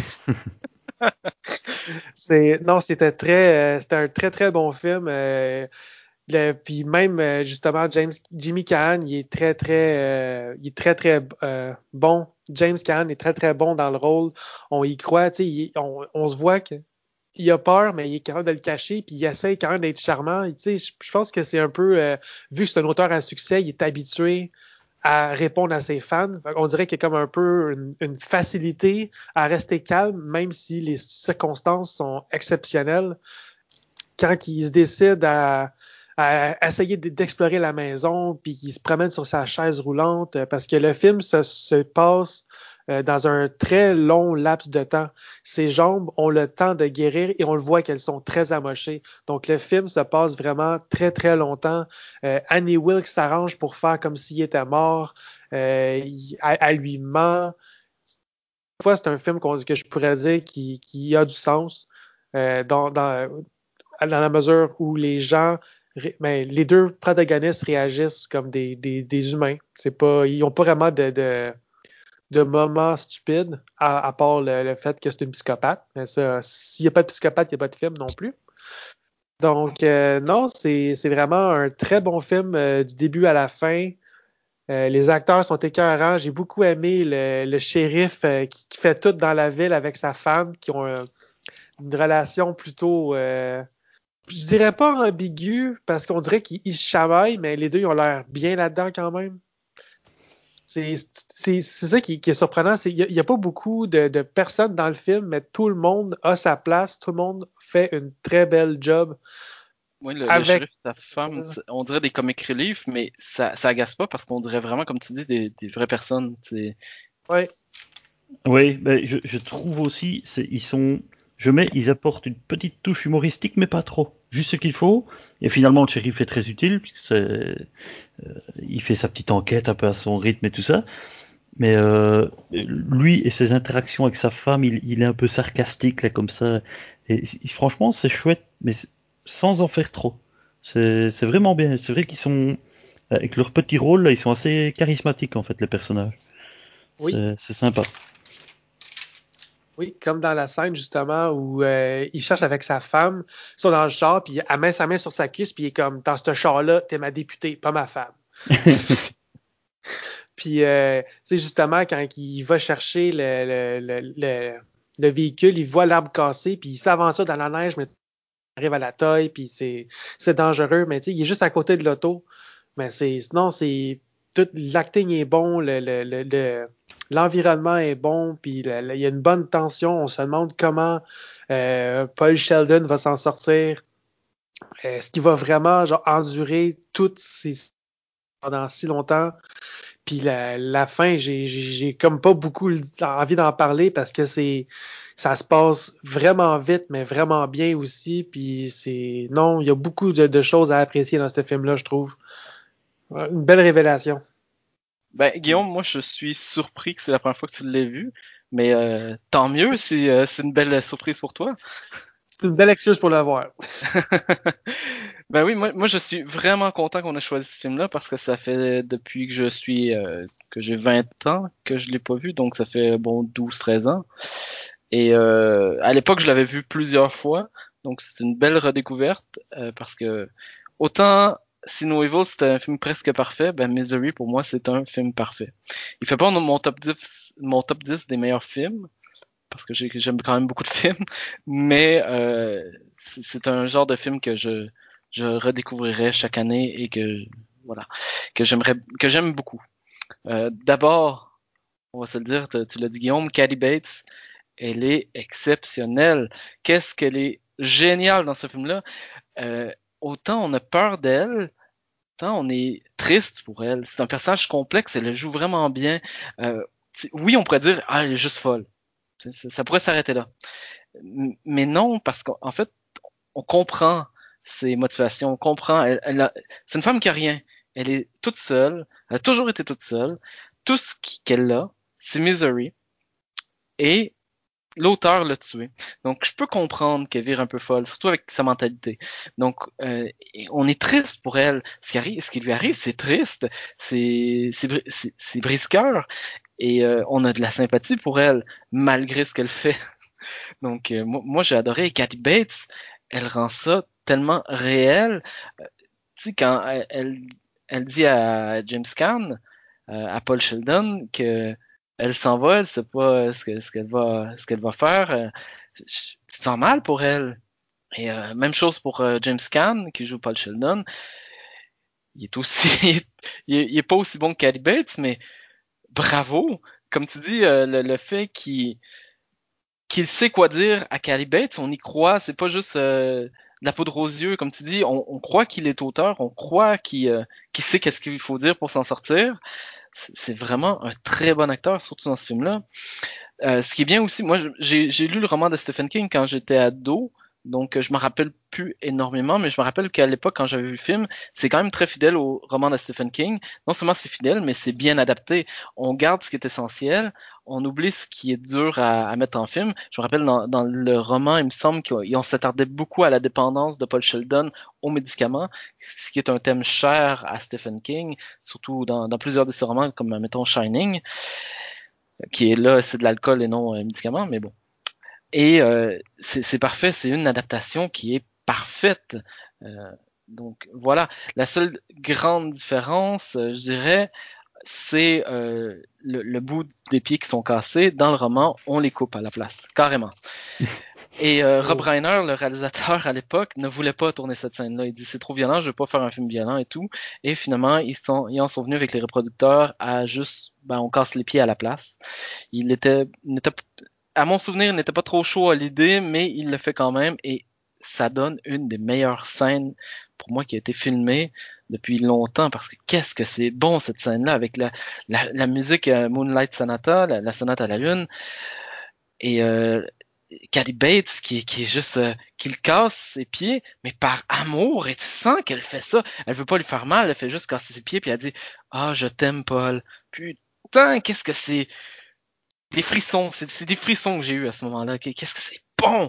c'est non, c'était très euh, c'était un très très bon film. Euh, le- puis même euh, justement James Jimmy Caan, il est très très euh, il est très très euh, bon. James Caan est très très bon dans le rôle. On y croit, tu sais, il- on, on se voit que il a peur, mais il est capable de le cacher, puis il essaie quand même d'être charmant. Tu sais, je, je pense que c'est un peu euh, vu que c'est un auteur à succès, il est habitué à répondre à ses fans. On dirait qu'il y a comme un peu une, une facilité à rester calme, même si les circonstances sont exceptionnelles. Quand il se décide à, à essayer d'explorer la maison, puis qu'il se promène sur sa chaise roulante, parce que le film se, se passe euh, dans un très long laps de temps. Ses jambes ont le temps de guérir et on le voit qu'elles sont très amochées. Donc le film se passe vraiment très très longtemps. Euh, Annie Wilkes s'arrange pour faire comme s'il était mort. Euh, il, elle, elle lui ment. Fois, c'est un film qu'on- que je pourrais dire qui, qui a du sens euh, dans, dans, dans la mesure où les gens, ben, les deux protagonistes réagissent comme des, des, des humains. C'est pas, ils n'ont pas vraiment de, de, de moments stupides, à, à part le, le fait que c'est une psychopathe. Mais ça, s'il n'y a pas de psychopathe, il n'y a pas de film non plus. Donc, euh, non, c'est, c'est vraiment un très bon film euh, du début à la fin. Euh, les acteurs sont écœurants. J'ai beaucoup aimé le, le shérif euh, qui, qui fait tout dans la ville avec sa femme, qui ont euh, une relation plutôt... Euh, je dirais pas ambigu parce qu'on dirait qu'ils se chamaillent, mais les deux ils ont l'air bien là-dedans quand même. C'est, c'est, c'est ça qui, qui est surprenant. C'est, il n'y a, a pas beaucoup de, de personnes dans le film, mais tout le monde a sa place. Tout le monde fait une très belle job.
Oui, le, le
Avec.
shérif, sa femme, c'est- on dirait des comic relief, mais ça, ça agace pas parce qu'on dirait vraiment, comme tu dis, des, des vraies personnes. C'est...
Ouais.
Oui, ben, je, je trouve aussi, c'est, ils sont, je mets, ils apportent une petite touche humoristique, mais pas trop, juste ce qu'il faut. Et finalement, le shérif est très utile, puisque c'est, euh, il fait sa petite enquête un peu à son rythme et tout ça. Mais euh, lui et ses interactions avec sa femme, il, il est un peu sarcastique là comme ça. Et c- franchement, c'est chouette, mais c- sans en faire trop. C'est, c'est vraiment bien. C'est vrai qu'ils sont avec leur petit rôle là, ils sont assez charismatiques en fait les personnages.
Oui.
C'est, c'est sympa.
Oui, comme dans la scène justement où euh, il cherche avec sa femme, ils sont dans le char, puis elle met sa main sur sa cuisse, puis il est comme dans ce char-là, t'es ma députée, pas ma femme. Puis euh, tu sais justement quand il va chercher le, le, le, le, le véhicule, il voit l'arbre cassé, puis il s'aventure dans la neige, mais il arrive à la taille, puis c'est c'est dangereux, mais tu sais il est juste à côté de l'auto. Mais c'est sinon c'est tout l'acting est bon, le, le, le, le- l'environnement est bon, puis le- le- il y a une bonne tension. On se demande comment euh, Paul Sheldon va s'en sortir. Est-ce qu'il va vraiment genre endurer toutes ces pendant si longtemps? Puis la, la fin, j'ai, j'ai, j'ai comme pas beaucoup envie d'en parler parce que c'est ça se passe vraiment vite, mais vraiment bien aussi. Puis c'est non, il y a beaucoup de, de choses à apprécier dans ce film-là, je trouve. Une belle révélation.
Ben, Guillaume, moi, je suis surpris que c'est la première fois que tu l'aies vu, mais euh, tant mieux si euh, c'est une belle surprise pour toi.
C'est une belle excuse pour le voir.
Ben oui, moi, moi je suis vraiment content qu'on ait choisi ce film-là parce que ça fait depuis que je suis euh, que j'ai vingt ans que je l'ai pas vu, donc ça fait bon douze treize ans. Et euh, à l'époque, je l'avais vu plusieurs fois, donc c'est une belle redécouverte euh, parce que autant See No Evil c'était un film presque parfait, ben Misery pour moi c'est un film parfait. Il fait pas mon top dix, mon top dix des meilleurs films parce que j'ai- j'aime quand même beaucoup de films, mais euh, c'est c'est un genre de film que je je redécouvrirai chaque année et que voilà que j'aimerais que j'aime beaucoup. Euh, d'abord, on va se le dire, tu tu l'as dit Guillaume, Kathy Bates, elle est exceptionnelle. Qu'est-ce qu'elle est géniale dans ce film-là. Euh, autant on a peur d'elle, autant on est triste pour elle. C'est un personnage complexe, elle le joue vraiment bien. Euh, tu- oui, on pourrait dire, ah, elle est juste folle. Ça, ça- ça pourrait s'arrêter là. M- Mais non, parce qu'en fait, on comprend ses motivations, on comprend. Elle, elle a- c'est une femme qui a rien. Elle est toute seule. Elle a toujours été toute seule. Tout ce qui- qu'elle a, c'est Misery. Et l'auteur l'a tué. Donc, je peux comprendre qu'elle vire un peu folle, surtout avec sa mentalité. Donc, euh, on est triste pour elle. Ce qui arrive, ce qui lui arrive, c'est triste. C'est, c'est, bri- c'est, c'est brise-cœur. Et euh, on a de la sympathie pour elle, malgré ce qu'elle fait. Donc, euh, moi, moi, j'ai adoré. Et Kathy Bates, elle rend ça tellement réel. Euh, tu sais, quand elle, elle, elle dit à James Caan, euh, à Paul Sheldon, que elle s'en va, elle sait pas ce que, ce qu'elle va, ce qu'elle va faire. Euh, je- tu te sens mal pour elle. Et euh, même chose pour euh, James Caan, qui joue Paul Sheldon. Il est aussi, il est, il est pas aussi bon que Kathy Bates, mais bravo. Comme tu dis, euh, le, le fait qu'il qu'il sait quoi dire à Cary Bates, on y croit, c'est pas juste euh, de la poudre aux yeux, comme tu dis, on, on croit qu'il est auteur, on croit qu'il euh, qu'il sait qu'est-ce qu'il faut dire pour s'en sortir. C'est c'est vraiment un très bon acteur, surtout dans ce film-là. Euh, ce qui est bien aussi, moi j'ai j'ai lu le roman de Stephen King quand j'étais ado, donc euh, je me rappelle plus énormément, mais je me rappelle qu'à l'époque quand j'avais vu le film, c'est quand même très fidèle au roman de Stephen King. Non seulement c'est fidèle, mais c'est bien adapté. On garde ce qui est essentiel, on oublie ce qui est dur à, à mettre en film. Je me rappelle dans, dans le roman, il me semble qu'on s'attardait beaucoup à la dépendance de Paul Sheldon aux médicaments, ce qui est un thème cher à Stephen King, surtout dans, dans plusieurs de ses romans, comme mettons Shining, qui est là, c'est de l'alcool et non un médicament, mais bon. Et euh, c'est c'est parfait, c'est une adaptation qui est parfaite. Euh, donc voilà, la seule grande différence, euh, je dirais, c'est euh, le, le bout des pieds qui sont cassés. Dans le roman, on les coupe à la place, carrément. Et euh, Rob Reiner, le réalisateur à l'époque, ne voulait pas tourner cette scène-là. Il dit c'est trop violent, je veux pas faire un film violent et tout. Et finalement, ils sont, ils en sont venus avec les reproducteurs à juste, ben, on casse les pieds à la place. Il était, il n'était, à mon souvenir, il n'était pas trop chaud à l'idée, mais il le fait quand même et ça donne une des meilleures scènes pour moi qui a été filmée depuis longtemps parce que qu'est-ce que c'est bon cette scène-là avec la, la, la musique euh, Moonlight Sonata, la, la sonate à la lune et euh, Kathy Bates qui, qui est juste euh, qui le casse ses pieds mais par amour et tu sens qu'elle fait ça, elle veut pas lui faire mal, elle fait juste casser ses pieds puis elle dit ah je t'aime Paul, putain qu'est-ce que c'est des frissons, c'est c'est des frissons que j'ai eu à ce moment-là. Qu'est-ce que c'est bon!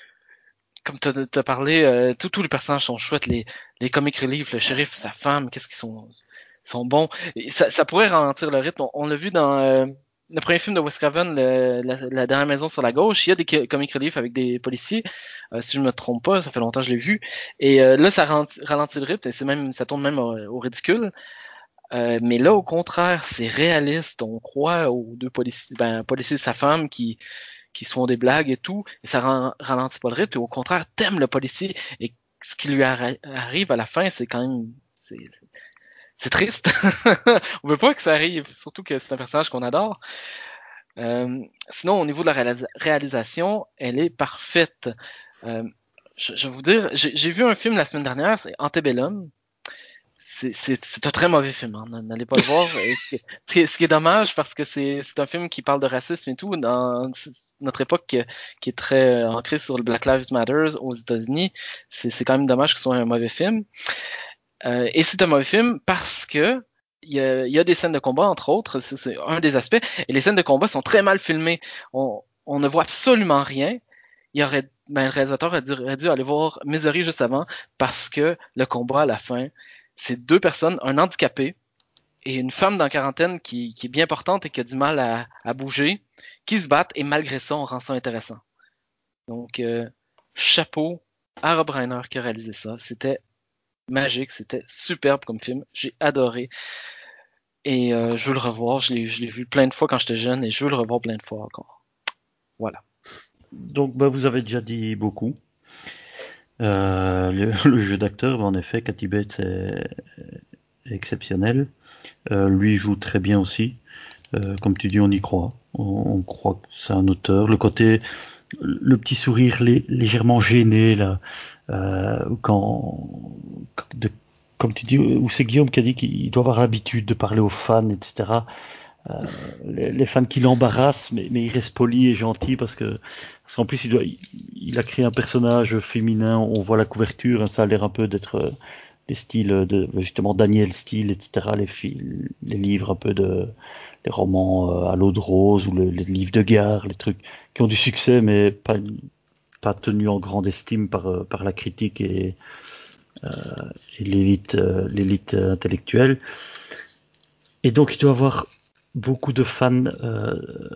Comme tu as parlé, euh, tous tous les personnages sont chouettes, les, les comic relief, le shérif, la femme, qu'est-ce qu'ils sont, sont bons. Et ça, ça pourrait ralentir le rythme. On, on l'a vu dans euh, le premier film de Wes Craven, le- la, la dernière maison sur la gauche, il y a des co- comic relief avec des policiers. Euh, si je me trompe pas, ça fait longtemps que je l'ai vu. Et euh, là, ça ralentit, ralentit le rythme et c'est même, ça tourne même au, au ridicule. Euh, mais là, au contraire, c'est réaliste. On croit aux deux policiers, ben, policier et sa femme qui, qui se font des blagues et tout, et ça rend- ralentit pas le rythme. Et au contraire, t'aimes le policier. Et ce qui lui arri- arrive à la fin, c'est quand même, c'est, c'est triste. On veut pas que ça arrive, surtout que c'est un personnage qu'on adore. Euh, sinon, au niveau de la réalis- réalisation, elle est parfaite. Euh, je, je vais vous dire, j'ai j'ai vu un film la semaine dernière, c'est Antebellum. c'est, c'est, c'est un très mauvais film, hein. N'allez pas le voir. Et ce, qui est, ce qui est dommage parce que c'est, c'est un film qui parle de racisme et tout dans notre époque qui, qui est très ancrée sur le Black Lives Matter aux États-Unis. C'est, c'est quand même dommage que ce soit un mauvais film. Euh, et c'est un mauvais film parce que il y a, il y a des scènes de combat, entre autres, c'est, c'est un des aspects. Et les scènes de combat sont très mal filmées. On, on ne voit absolument rien. Il aurait, ben, le réalisateur aurait dû, aurait dû aller voir Misery juste avant parce que le combat à la fin, c'est deux personnes, un handicapé et une femme dans la quarantaine qui, qui est bien portante et qui a du mal à, à bouger, qui se battent et malgré ça, on rend ça intéressant. Donc, euh, chapeau à Rob Reiner qui a réalisé ça. C'était magique, c'était superbe comme film. J'ai adoré. Et euh, je veux le revoir. Je l'ai, je l'ai vu plein de fois quand j'étais jeune et je veux le revoir plein de fois encore. Voilà.
Donc, bah, vous avez déjà dit beaucoup. Euh, le, le jeu d'acteur, bah, en effet, Kathy Bates est, est exceptionnel. Euh, lui joue très bien aussi. Euh, comme tu dis, on y croit. On, on croit que c'est un auteur. Le côté, le petit sourire lé, légèrement gêné là, euh, quand, de, comme tu dis, ou c'est Guillaume qui a dit qu'il doit avoir l'habitude de parler aux fans, et cetera. Euh, les, les fans qui l'embarrassent, mais, mais il reste poli et gentil parce que parce qu'en plus il doit, il, il a créé un personnage féminin. On voit la couverture, hein, ça a l'air un peu d'être les styles de justement Daniel Steele, et cetera. Les, les livres un peu de les romans à l'eau de rose ou le, les livres de gare, les trucs qui ont du succès mais pas pas tenus en grande estime par par la critique et, euh, et l'élite euh, l'élite intellectuelle. Et donc il doit avoir beaucoup de fans euh,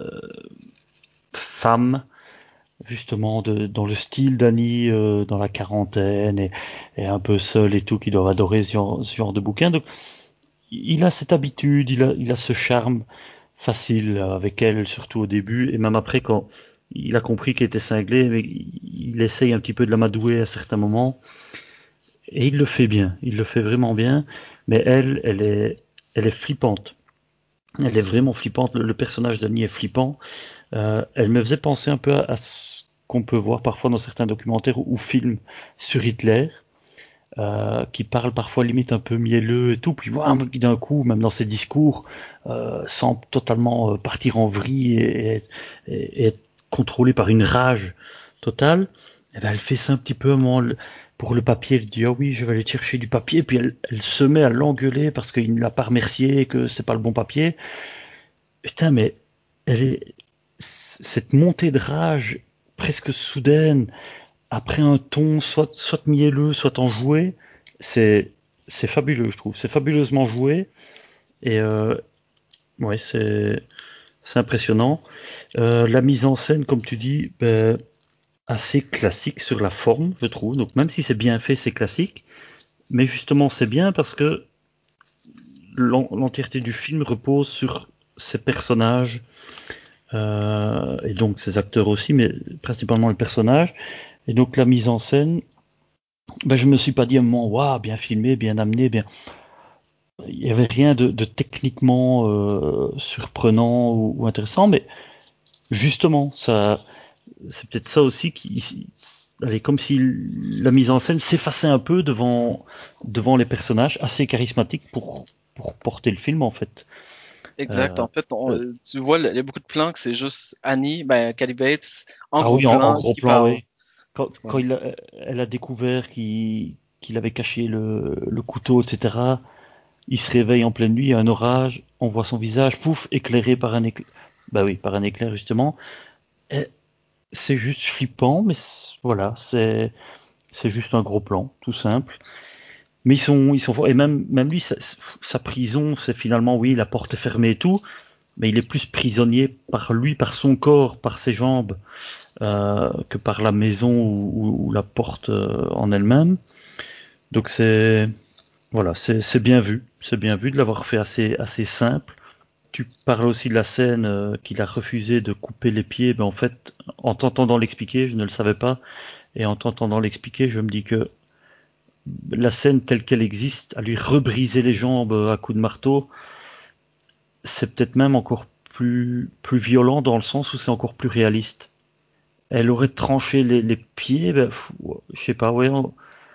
femmes justement de, dans le style d'Annie euh, dans la quarantaine et, et un peu seule et tout qui doivent adorer ce genre, ce genre de bouquin. Donc il a cette habitude, il a, il a ce charme facile avec elle, surtout au début et même après quand il a compris qu'elle était cinglée, mais il essaye un petit peu de l'amadouer à certains moments et il le fait bien, il le fait vraiment bien. Mais elle, elle est, elle est flippante. Elle est vraiment flippante. Le, le personnage d'Annie est flippant. Euh, elle me faisait penser un peu à, à ce qu'on peut voir parfois dans certains documentaires ou, ou films sur Hitler, euh, qui parle parfois limite un peu mielleux et tout, puis voilà, d'un coup, même dans ses discours, euh, semble totalement euh, partir en vrille et, et, et être contrôlé par une rage totale. Et ben, elle fait ça un petit peu pour le papier. Elle dit ah oui, je vais aller chercher du papier, puis elle, elle se met à l'engueuler parce qu'il ne l'a pas remercié, que c'est pas le bon papier. Putain, mais elle est cette montée de rage presque soudaine après un ton soit soit mielleux, soit enjoué, c'est c'est fabuleux, je trouve. C'est fabuleusement joué et euh, ouais, c'est c'est impressionnant. Euh, la mise en scène, comme tu dis, ben, assez classique sur la forme, je trouve. Donc même si c'est bien fait, c'est classique. Mais justement, c'est bien parce que l'entièreté du film repose sur ces personnages euh, et donc ces acteurs aussi, mais principalement le personnage. Et donc la mise en scène, ben, je me suis pas dit à un moment, waouh, bien filmé, bien amené, bien. Il y avait rien de, de techniquement euh, surprenant ou, ou intéressant, mais justement, ça, c'est peut-être ça aussi qui, allez, comme si la mise en scène s'effaçait un peu devant devant les personnages assez charismatiques pour pour porter le film en fait.
Exact.
Euh,
En fait, on,
euh,
tu vois, il y a beaucoup de plans que c'est juste Annie, ben, Kathy Bates, en
ah
gros
oui, en, en
plan,
gros
qui
plan,
parle.
oui. Quand, quand
Voilà.
il a, elle a découvert qu'il qu'il avait caché le, le couteau, et cetera. Il se réveille en pleine nuit, il y a un orage, on voit son visage, pouf, éclairé par un éclair. Bah oui, par un éclair justement. Et c'est juste flippant, mais c'est- voilà, c'est c'est juste un gros plan, tout simple. Mais ils sont ils sont forts. Et même même lui, sa, sa prison, c'est finalement oui, la porte est fermée et tout, mais il est plus prisonnier par lui, par son corps, par ses jambes, euh, que par la maison ou, ou- ou la porte euh, en elle-même. Donc c'est voilà, c'est c'est bien vu, c'est bien vu de l'avoir fait assez assez simple. Tu parles aussi de la scène euh, qu'il a refusé de couper les pieds. Ben en fait, en t'entendant l'expliquer, je ne le savais pas, et en t'entendant l'expliquer, je me dis que la scène telle qu'elle existe, à lui rebriser les jambes à coups de marteau, c'est peut-être même encore plus plus violent dans le sens où c'est encore plus réaliste. Elle aurait tranché les, les pieds, ben, pff, je sais pas, ouais,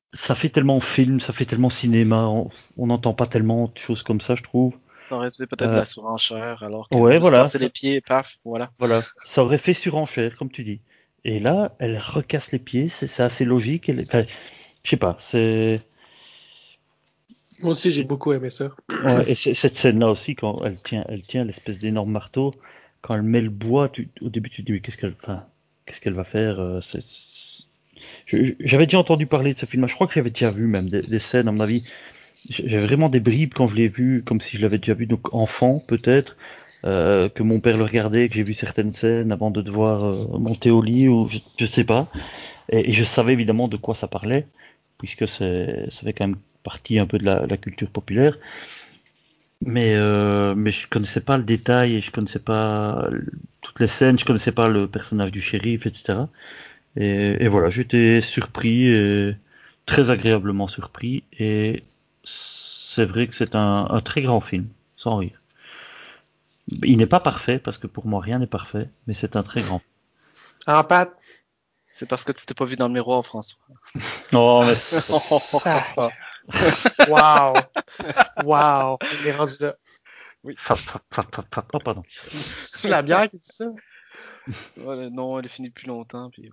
ça fait tellement film, ça fait tellement cinéma, on n'entend pas tellement de choses comme ça, je trouve.
Ça aurait été peut-être
Euh,
de la surenchère, alors que
ouais,
de se
voilà,
casser
ça,
les pieds, paf, voilà.
voilà, ça aurait fait surenchère, comme tu dis. Et là, elle recasse les pieds, c'est c'est assez logique. Elle, enfin, je sais pas, c'est.
Moi aussi, j'ai
c'est-
beaucoup aimé ça.
Ouais, et c'est- cette scène-là aussi, quand elle tient, elle tient l'espèce d'énorme marteau, quand elle met le bois, tu, au début tu te dis mais qu'est-ce qu'elle, enfin, qu'est-ce qu'elle va faire euh, c'est- c'est- je- je- J'avais déjà entendu parler de ce film, je crois que j'avais déjà vu même des, des scènes, à mon avis. J'ai vraiment des bribes quand je l'ai vu, comme si je l'avais déjà vu, donc enfant peut-être, euh, que mon père le regardait, que j'ai vu certaines scènes avant de devoir euh, monter au lit, ou je, je sais pas. Et, et je savais évidemment de quoi ça parlait, puisque c'est, ça fait quand même partie un peu de la, la culture populaire. Mais, euh, mais je connaissais pas le détail et je connaissais pas toutes les scènes, je connaissais pas le personnage du shérif, et cetera. Et, et voilà, j'étais surpris, et très agréablement surpris. Et c'est vrai que c'est un, un très grand film, sans rire. Il n'est pas parfait, parce que pour moi rien n'est parfait, mais c'est un très grand.
En pâte.
C'est parce que tu t'es pas vu dans le miroir, François.
Oh,
Ah,
mais
sac. Wow. Wow. On est rendu là.
Oui.
Fap, fap, fap, fap, fap. Oh, pardon.
C'est la bière qui dit ça?
Ouais, non, elle est finie depuis longtemps. Puis...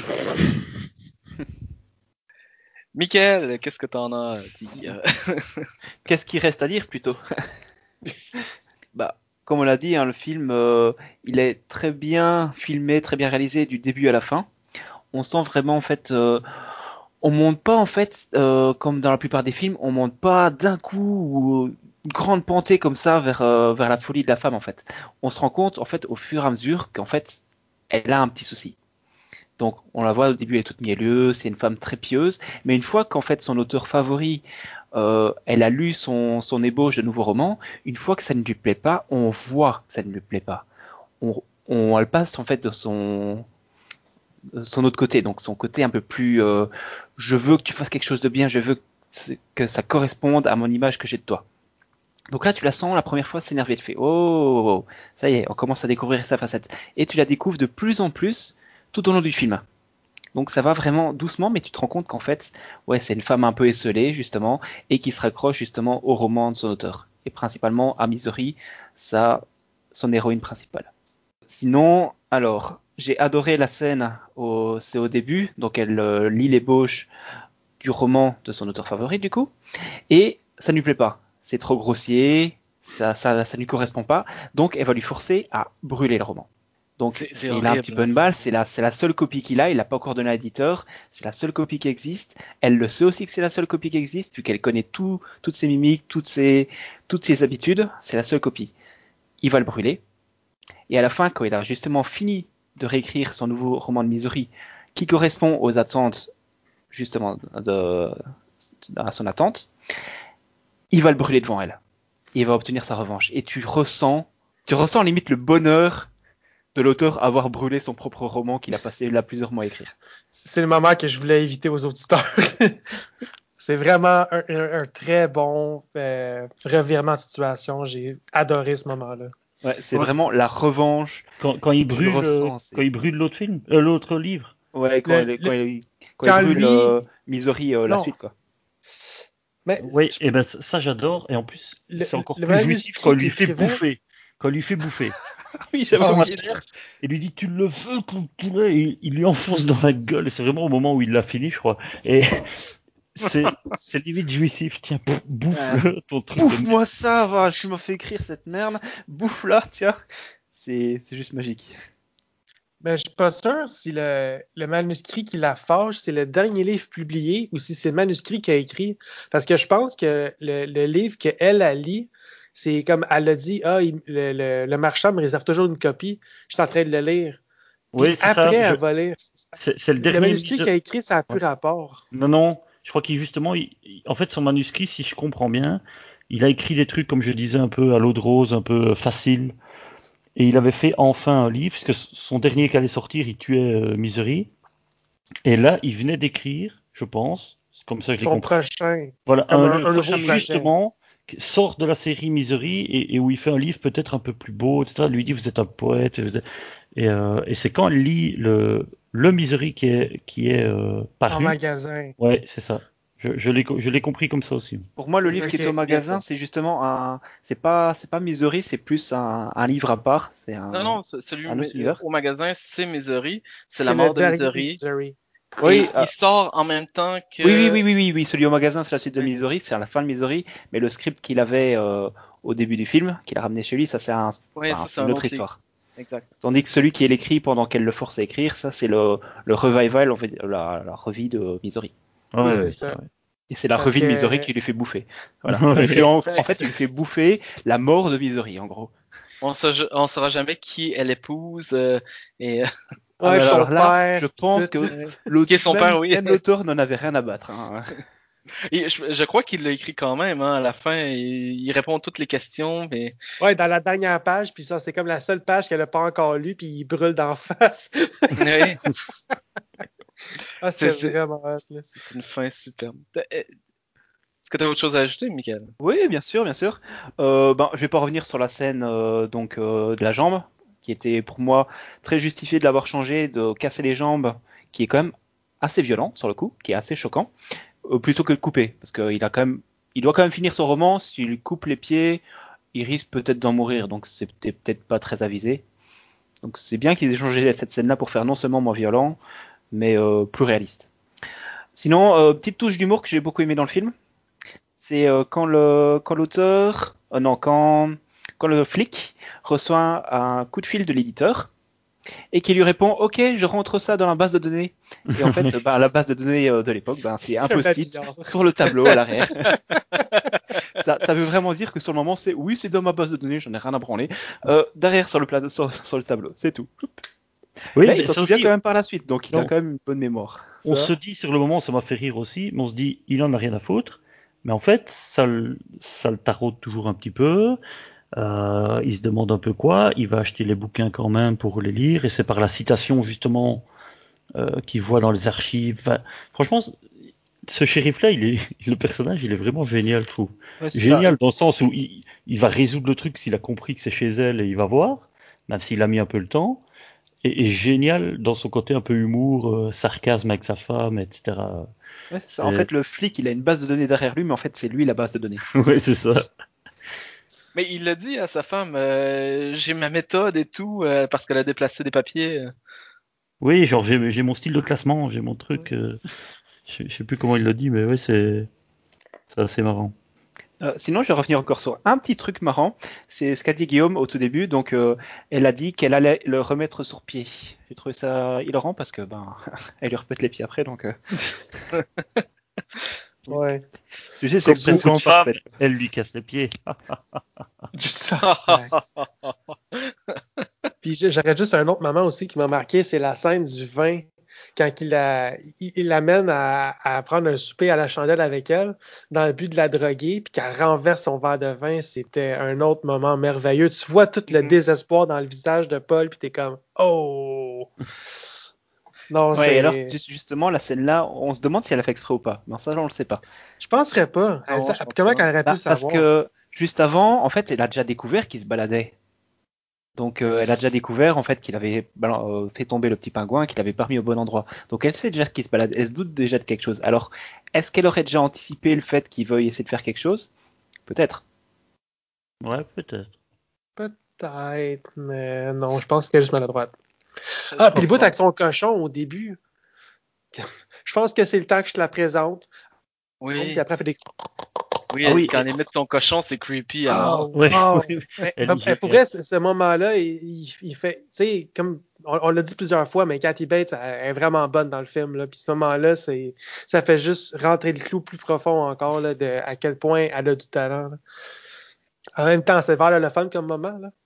Michael, qu'est-ce que t'en as dit euh,
Qu'est-ce qu'il reste à dire plutôt? Bah, comme on l'a dit, hein, le film, euh, il est très bien filmé, très bien réalisé du début à la fin. On sent vraiment en fait, euh, on monte pas en fait, euh, comme dans la plupart des films, on monte pas d'un coup ou une grande pantée comme ça vers euh, vers la folie de la femme en fait. On se rend compte en fait au fur et à mesure qu'en fait, elle a un petit souci. Donc on la voit au début, elle est toute mielleuse, c'est une femme très pieuse, mais une fois qu'en fait son auteur favori, euh, elle a lu son, son ébauche de nouveaux romans, une fois que ça ne lui plaît pas, on voit que ça ne lui plaît pas. On, on elle passe en fait de son, de son autre côté, donc son côté un peu plus, euh, je veux que tu fasses quelque chose de bien, je veux que ça corresponde à mon image que j'ai de toi. Donc là, tu la sens la première fois s'énerver, tu fais oh, ça y est, on commence à découvrir sa facette, et tu la découvres de plus en plus tout au long du film. Donc ça va vraiment doucement, mais tu te rends compte qu'en fait, ouais, c'est une femme un peu esselée, justement, et qui se raccroche justement au roman de son auteur. Et principalement à Misery, ça, son héroïne principale. Sinon, alors, j'ai adoré la scène, au, c'est au début, donc elle euh, lit l'ébauche du roman de son auteur favori, du coup, et ça ne lui plaît pas. C'est trop grossier, ça, ça, ça ne lui correspond pas, donc elle va lui forcer à brûler le roman. Donc,
C'est, c'est
il a un petit
horrible.
peu de balle, c'est la, c'est la seule copie qu'il a, il l'a pas encore donné à l'éditeur, c'est la seule copie qui existe. Elle le sait aussi que c'est la seule copie qui existe, puisqu'elle connaît tout, toutes ses mimiques, toutes ses, toutes ses habitudes, c'est la seule copie. Il va le brûler, et à la fin, quand il a justement fini de réécrire son nouveau roman de Misery, qui correspond aux attentes, justement, de, à son attente, il va le brûler devant elle. Il va obtenir sa revanche. Et tu ressens, tu ressens limite le bonheur de l'auteur à avoir brûlé son propre roman qu'il a passé là plusieurs mois à écrire.
C'est le moment que je voulais éviter aux auditeurs. C'est vraiment un, un, un très bon euh, revirement de situation. J'ai adoré ce moment-là.
Ouais, c'est
Ouais.
vraiment la revanche.
Quand, quand il
Tu le
brûle, euh,
ressens.
quand
C'est...
il brûle l'autre film, euh, l'autre livre.
Ouais, quand,
Le,
il,
le,
quand, il, quand il
quand
brûle
lui...
euh, Misery, euh, la
Non,
suite, quoi.
mais
Oui, et ben ça, ça, j'adore. Et en plus,
le,
c'est encore
le
plus jouissif quand
manuscrit
il
qu'il
lui fait
écrivait...
bouffer. Quand il lui fait bouffer.
Oui,
Il
j'avais
se
Oh,
oublié.
vénère et lui dit tu le veux ton poulet, et il lui enfonce dans la gueule. Et c'est vraiment au moment où il l'a fini, je crois. Et c'est c'est limite jouissif. Tiens, pouf, bouffe-le ton truc de merde.
Bouffe-moi ça, va, tu m'as fait écrire cette merde. Bouffe-la, tiens. C'est, c'est juste magique.
Ben, je suis pas sûr si le, le manuscrit qui la fâche, c'est le dernier livre publié ou si c'est le manuscrit qu'elle a écrit. Parce que je pense que le, le livre qu'elle a lu, c'est comme elle a dit, ah, il- le, le, le marchand me réserve toujours une copie. Je suis en train de le lire. Puis
Oui, c'est ça.
après,
Je-
elle va lire.
C'est c'est le
Le
dernier
manuscrit
mise.
qu'elle a écrit, ça n'a plus
Ouais.
rapport.
Non, non. Je crois qu'il justement, il- il- en fait, son manuscrit, si je comprends bien, il a écrit des trucs, comme je disais, un peu à l'eau de rose, un peu facile. Et il avait fait enfin un livre, parce que son dernier qui allait sortir, il tuait euh, Misery. Et là, il venait d'écrire, je pense, c'est comme ça que je l'ai
Son
compris.
prochain,
Voilà,
comme
un
un,
livre
un nouveau
qui
projet.
justement qui sort de la série Misery et, et où il fait un livre peut-être un peu plus beau, et cetera. Il lui dit vous êtes un poète. vous êtes- Et, euh, et c'est quand elle lit le, le Misery qui est, qui est euh,
En
paru.
magasin.
Ouais, c'est ça. Je, je l'ai, co- je l'ai compris comme ça aussi.
Pour moi, le livre
Ok,
qui est au
c'est
magasin,
bien
c'est justement un, c'est pas, c'est pas Misery, c'est plus un, un livre à part. C'est un,
Non, non, ce- celui
un autre
euh,
univers.
au magasin, c'est Misery. C'est
C'est
la
le
mort de
dernier
Misery.
Misery.
Oui,
Et
euh,
il sort en même temps que...
oui, oui, oui, oui, oui, oui, celui au magasin, c'est la suite de
Oui.
Misery, c'est à la fin de Misery, mais le script qu'il avait euh, au début du film, qu'il a ramené chez lui, ça c'est un,
Ouais,
enfin,
ça,
c'est
c'est
une
un
autre
autre livre.
histoire.
Exact.
Tandis que celui qui est écrit pendant qu'elle le force à écrire, ça c'est le, le revival, on va dire, la, la revie de Misery.
Ouais,
Oui,
ouais,
c'est
ça,
ça.
ouais.
Et c'est la
Parce
revie de
que-
Misery qui lui fait bouffer. Voilà.
Ouais.
Parce qu'en en fait, il lui fait bouffer la mort de Misery, en gros.
On saura, on saura jamais qui est l'épouse euh, et
Ah,
Ouais,
mais
puis son
alors là,
père,
je pense
tout,
que
euh,
l'auteur,
qui est son
même,
père, oui.
même l'auteur n'en avait rien à battre. Hein.
Et je, je crois qu'il l'a écrit quand même. Hein, à la fin, il, il répond à toutes les questions, mais
Ouais, dans la dernière page, puis ça, c'est comme la seule page qu'elle a pas encore lue, puis il brûle d'en face.
oui,
Ah, c'était
c'est- c'est
vraiment hot, là.
c'est une fin superbe. Euh, Est-ce que tu as autre chose à ajouter, Michael?
Oui, bien sûr, bien sûr. Euh, ben, je vais pas revenir sur la scène euh, donc euh, de la jambe, qui était pour moi très justifié de l'avoir changé, de casser les jambes, qui est quand même assez violent sur le coup, qui est assez choquant, euh, plutôt que de couper, parce qu'il a quand même, il doit quand même finir son roman. S'il lui coupe les pieds, il risque peut-être d'en mourir, donc c'était peut-être pas très avisé. Donc c'est bien qu'ils aient changé cette scène-là pour faire non seulement moins violent, mais euh, plus réaliste. Sinon, euh, petite touche d'humour que j'ai beaucoup aimé dans le film, c'est euh, quand le quand l'auteur, euh, non, quand quand le flic reçoit un coup de fil de l'éditeur et qui lui répond OK, je rentre ça dans la base de données. Et en fait, bah, la base de données euh, de l'époque, bah, c'est un
Comme la
post-it
billard.
sur le tableau à l'arrière. ça, ça veut vraiment dire que sur le moment, c'est oui, c'est dans ma base de données, j'en ai rien à branler. Euh, derrière sur le, pla- sur, sur le tableau, c'est tout.
Oui,
Mais
mais
il s'en
ça
souvient
aussi,
quand même par la suite, donc il a
on,
quand même une bonne mémoire.
on
Ça.
se dit sur le moment, ça m'a fait rire aussi, mais on se dit, il en a rien à foutre. Mais en fait, ça, le- ça le taraude toujours un petit peu. Euh, il se demande un peu quoi. Il va acheter les bouquins quand même pour les lire. Et c'est par la citation, justement, euh, qu'il voit dans les archives. Enfin, franchement, ce shérif-là, il est, le personnage, il est vraiment génial, je trouve.
Ouais, c'est ça.
Génial dans le sens où il, il va résoudre le truc s'il a compris que c'est chez elle et il va voir, même s'il a mis un peu le temps. Et, et génial dans son côté un peu humour, euh, sarcasme avec sa femme, et cetera.
Ouais, c'est ça. En
C'est-
fait, le flic, il a une base de données derrière lui, mais en fait, c'est lui la base de données.
Ouais, c'est ça.
Mais il l'a dit à sa femme, euh, j'ai ma méthode et tout, euh, parce qu'elle a déplacé des papiers. euh.
Oui, genre j'ai j'ai mon style de classement, j'ai mon truc. euh, je, je sais plus comment il l'a dit, mais ouais, c'est c'est assez marrant.
Euh, sinon, je vais revenir encore sur un petit truc marrant. C'est ce qu'a dit Guillaume au tout début. Donc, euh, elle a dit qu'elle allait le remettre sur pied. J'ai trouvé ça hilarant parce que ben, elle lui repète les pieds après. Donc, euh,
Ouais.
je sais, c'est
Comme beaucoup
l'expression
de femmes,
parfaite.
elle lui casse les pieds.
Ça, ça. Puis j'ai- j'aurais juste un autre moment aussi qui m'a marqué, c'est la scène du vin quand il la- il il l'amène à, à prendre un souper à la chandelle avec elle dans le but de la droguer, puis qu'elle renverse son verre de vin. C'était un autre moment merveilleux. Tu vois tout le
Mhm.
désespoir dans le visage de Paul, puis t'es comme oh non,
Ouais, et alors
c'est.
ju- justement, la scène-là, on se demande si elle a fait exprès ou pas. Mais ça, on le sait pas.
Je penserais pas. Elle-
Non,
ça-
je pense
comment
pas.
qu'elle aurait pu
Bah,
le
parce
savoir?
que juste avant, en fait, elle a déjà découvert qu'il se baladait. Donc, euh, elle a déjà découvert en fait qu'il avait balan- euh, fait tomber le petit pingouin, qu'il avait pas mis au bon endroit. Donc, elle sait déjà qu'il se balade. Elle se doute déjà de quelque chose. Alors, est-ce qu'elle aurait déjà anticipé le fait qu'il veuille essayer de faire quelque chose? Peut-être.
Ouais, peut-être.
Peut-être, mais non, je pense qu'elle est juste maladroite. Ah, puis le bout avec son cochon au début. Je pense que c'est le temps que je te la présente.
Oui,
Puis après, elle fait des.
oui,
Ah oui,
quand
et-
elle met son cochon, c'est creepy à
Ah,
mort.
Ouais,
wow!
ouais,
Mais,
elle
mais-
est
mais pour
géniale.
vrai, ce, ce moment-là, il, il- il fait, tu sais, comme on, on l'a dit plusieurs fois, mais Kathy Bates elle est vraiment bonne dans le film. Là. Puis ce moment-là, c'est, ça fait juste rentrer le clou plus profond encore là, de à quel point elle a du talent. Là. En même temps, c'est vers le fun comme moment. Là.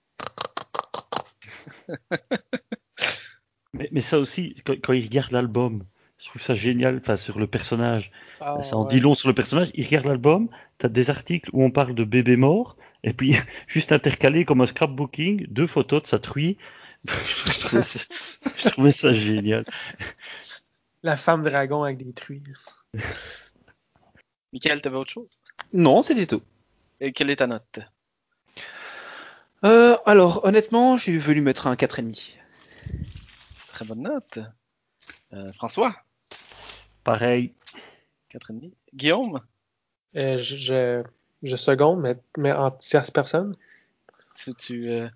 Mais, mais ça aussi, quand, quand il regarde l'album, je trouve ça génial, enfin, sur le personnage.
Ah,
Ça en dit
ouais.
long sur le personnage. Il regarde l'album, t'as des articles où on parle de bébé mort, et puis juste intercalé comme un scrapbooking, deux photos de sa truie. je, trouvais ça, je trouvais ça génial.
La femme dragon avec des truies.
Michael, t'avais autre chose?
non, c'était tout.
Et quelle est ta note?
Euh, alors, honnêtement, j'ai voulu mettre un quatre virgule cinq.
Très bonne note. Euh, François?
Pareil.
quatre et demi. Guillaume,
Euh, je, je, je seconde, mais, mais en tierce personne.
tu, tu, euh...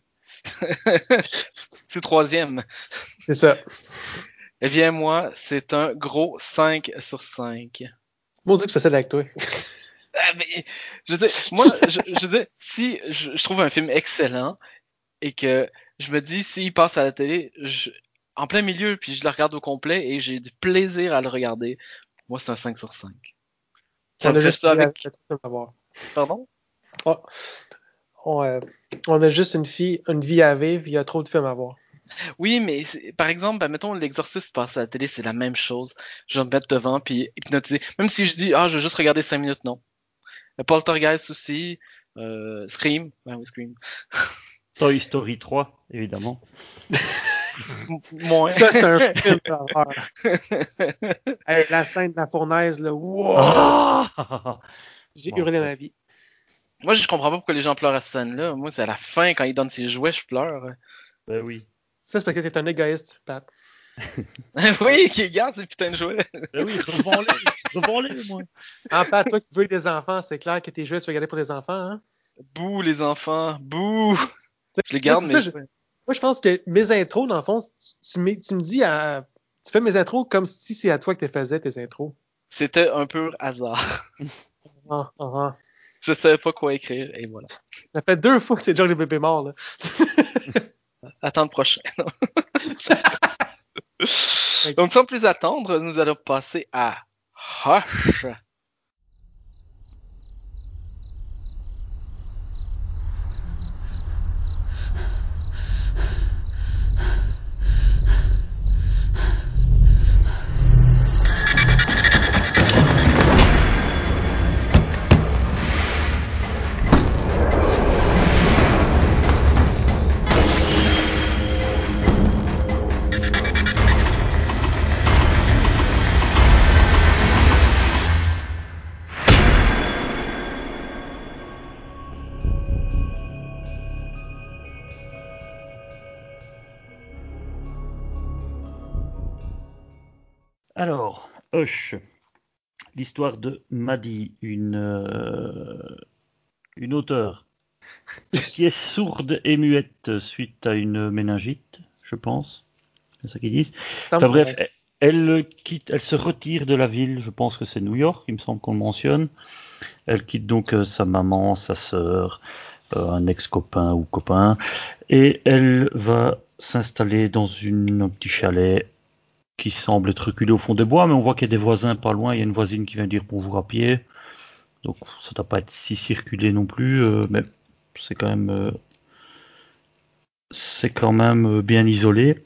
tu troisième.
C'est ça.
Eh bien, moi, c'est un gros cinq sur cinq.
Mon Dieu, que c'est facile avec toi.
Ah, mais, je veux dire, moi, je, je veux dire, si je, je trouve un film excellent et que je me dis, s'il passe à la télé, je, en plein milieu, puis je le regarde au complet et j'ai du plaisir à le regarder, moi, c'est un cinq sur cinq. Ça
On
me
a
fait
juste
ça
une fille
avec...
à- à- à voir.
Pardon?
Oh, on, euh, on a juste une fille, une vie à vivre, il y a trop de films à voir.
Oui, mais c'est- par exemple, ben, mettons, l'exorciste passe à la télé, c'est la même chose. Je vais me mettre devant, puis hypnotiser. Même si je dis, ah, je vais juste regarder cinq minutes, non. Le Poltergeist aussi, euh, Scream, ben oui, Scream.
Toy Story trois, évidemment.
M- moins.
Ça, c'est un film d'horreur. Hey, la scène de la fournaise, là, wow!
Ah
J'ai
Bon,
hurlé
bref.
ma vie.
Moi, je comprends pas pourquoi les gens pleurent à cette scène-là. Moi, c'est à la fin, quand il donne ses jouets, je pleure.
Ben oui.
Ça, c'est parce que t'es un égoïste, Pat.
Oui, qui garde ces putains de jouets.
Ben oui, revends-les. Revends-les, moi.
En Pat, toi qui veux des enfants, c'est clair que tes jouets, tu vas garder pour les enfants, hein?
Bouh, les enfants, bouh. Je les
Moi,
garde,
c'est
mais
ça, je- moi, je pense que mes intros, dans le fond, tu, tu me, tu me dis à. Tu fais mes intros comme si c'est à toi que tu faisais tes intros.
c'était un pur hasard.
Ah, ah, ah.
Je savais pas quoi écrire, et voilà.
Ça fait deux fois que c'est déjà les bébés morts, là.
Attends le prochain. Donc, sans plus attendre, nous allons passer à Hush.
Alors, Hush. L'histoire de Maddie, une, euh, une auteure qui est sourde et muette suite à une méningite, je pense. C'est ça qu'ils disent. Enfin bref, elle, elle quitte, elle se retire de la ville, je pense que c'est New York, il me semble qu'on le mentionne. Elle quitte donc euh, sa maman, sa sœur, euh, un ex-copain ou copain, et elle va s'installer dans une, un petit chalet qui semble être reculé au fond des bois, mais on voit qu'il y a des voisins pas loin, il y a une voisine qui vient dire bonjour à pied, donc ça ne doit pas être si circulé non plus, euh, mais c'est quand même, euh, c'est quand même bien isolé.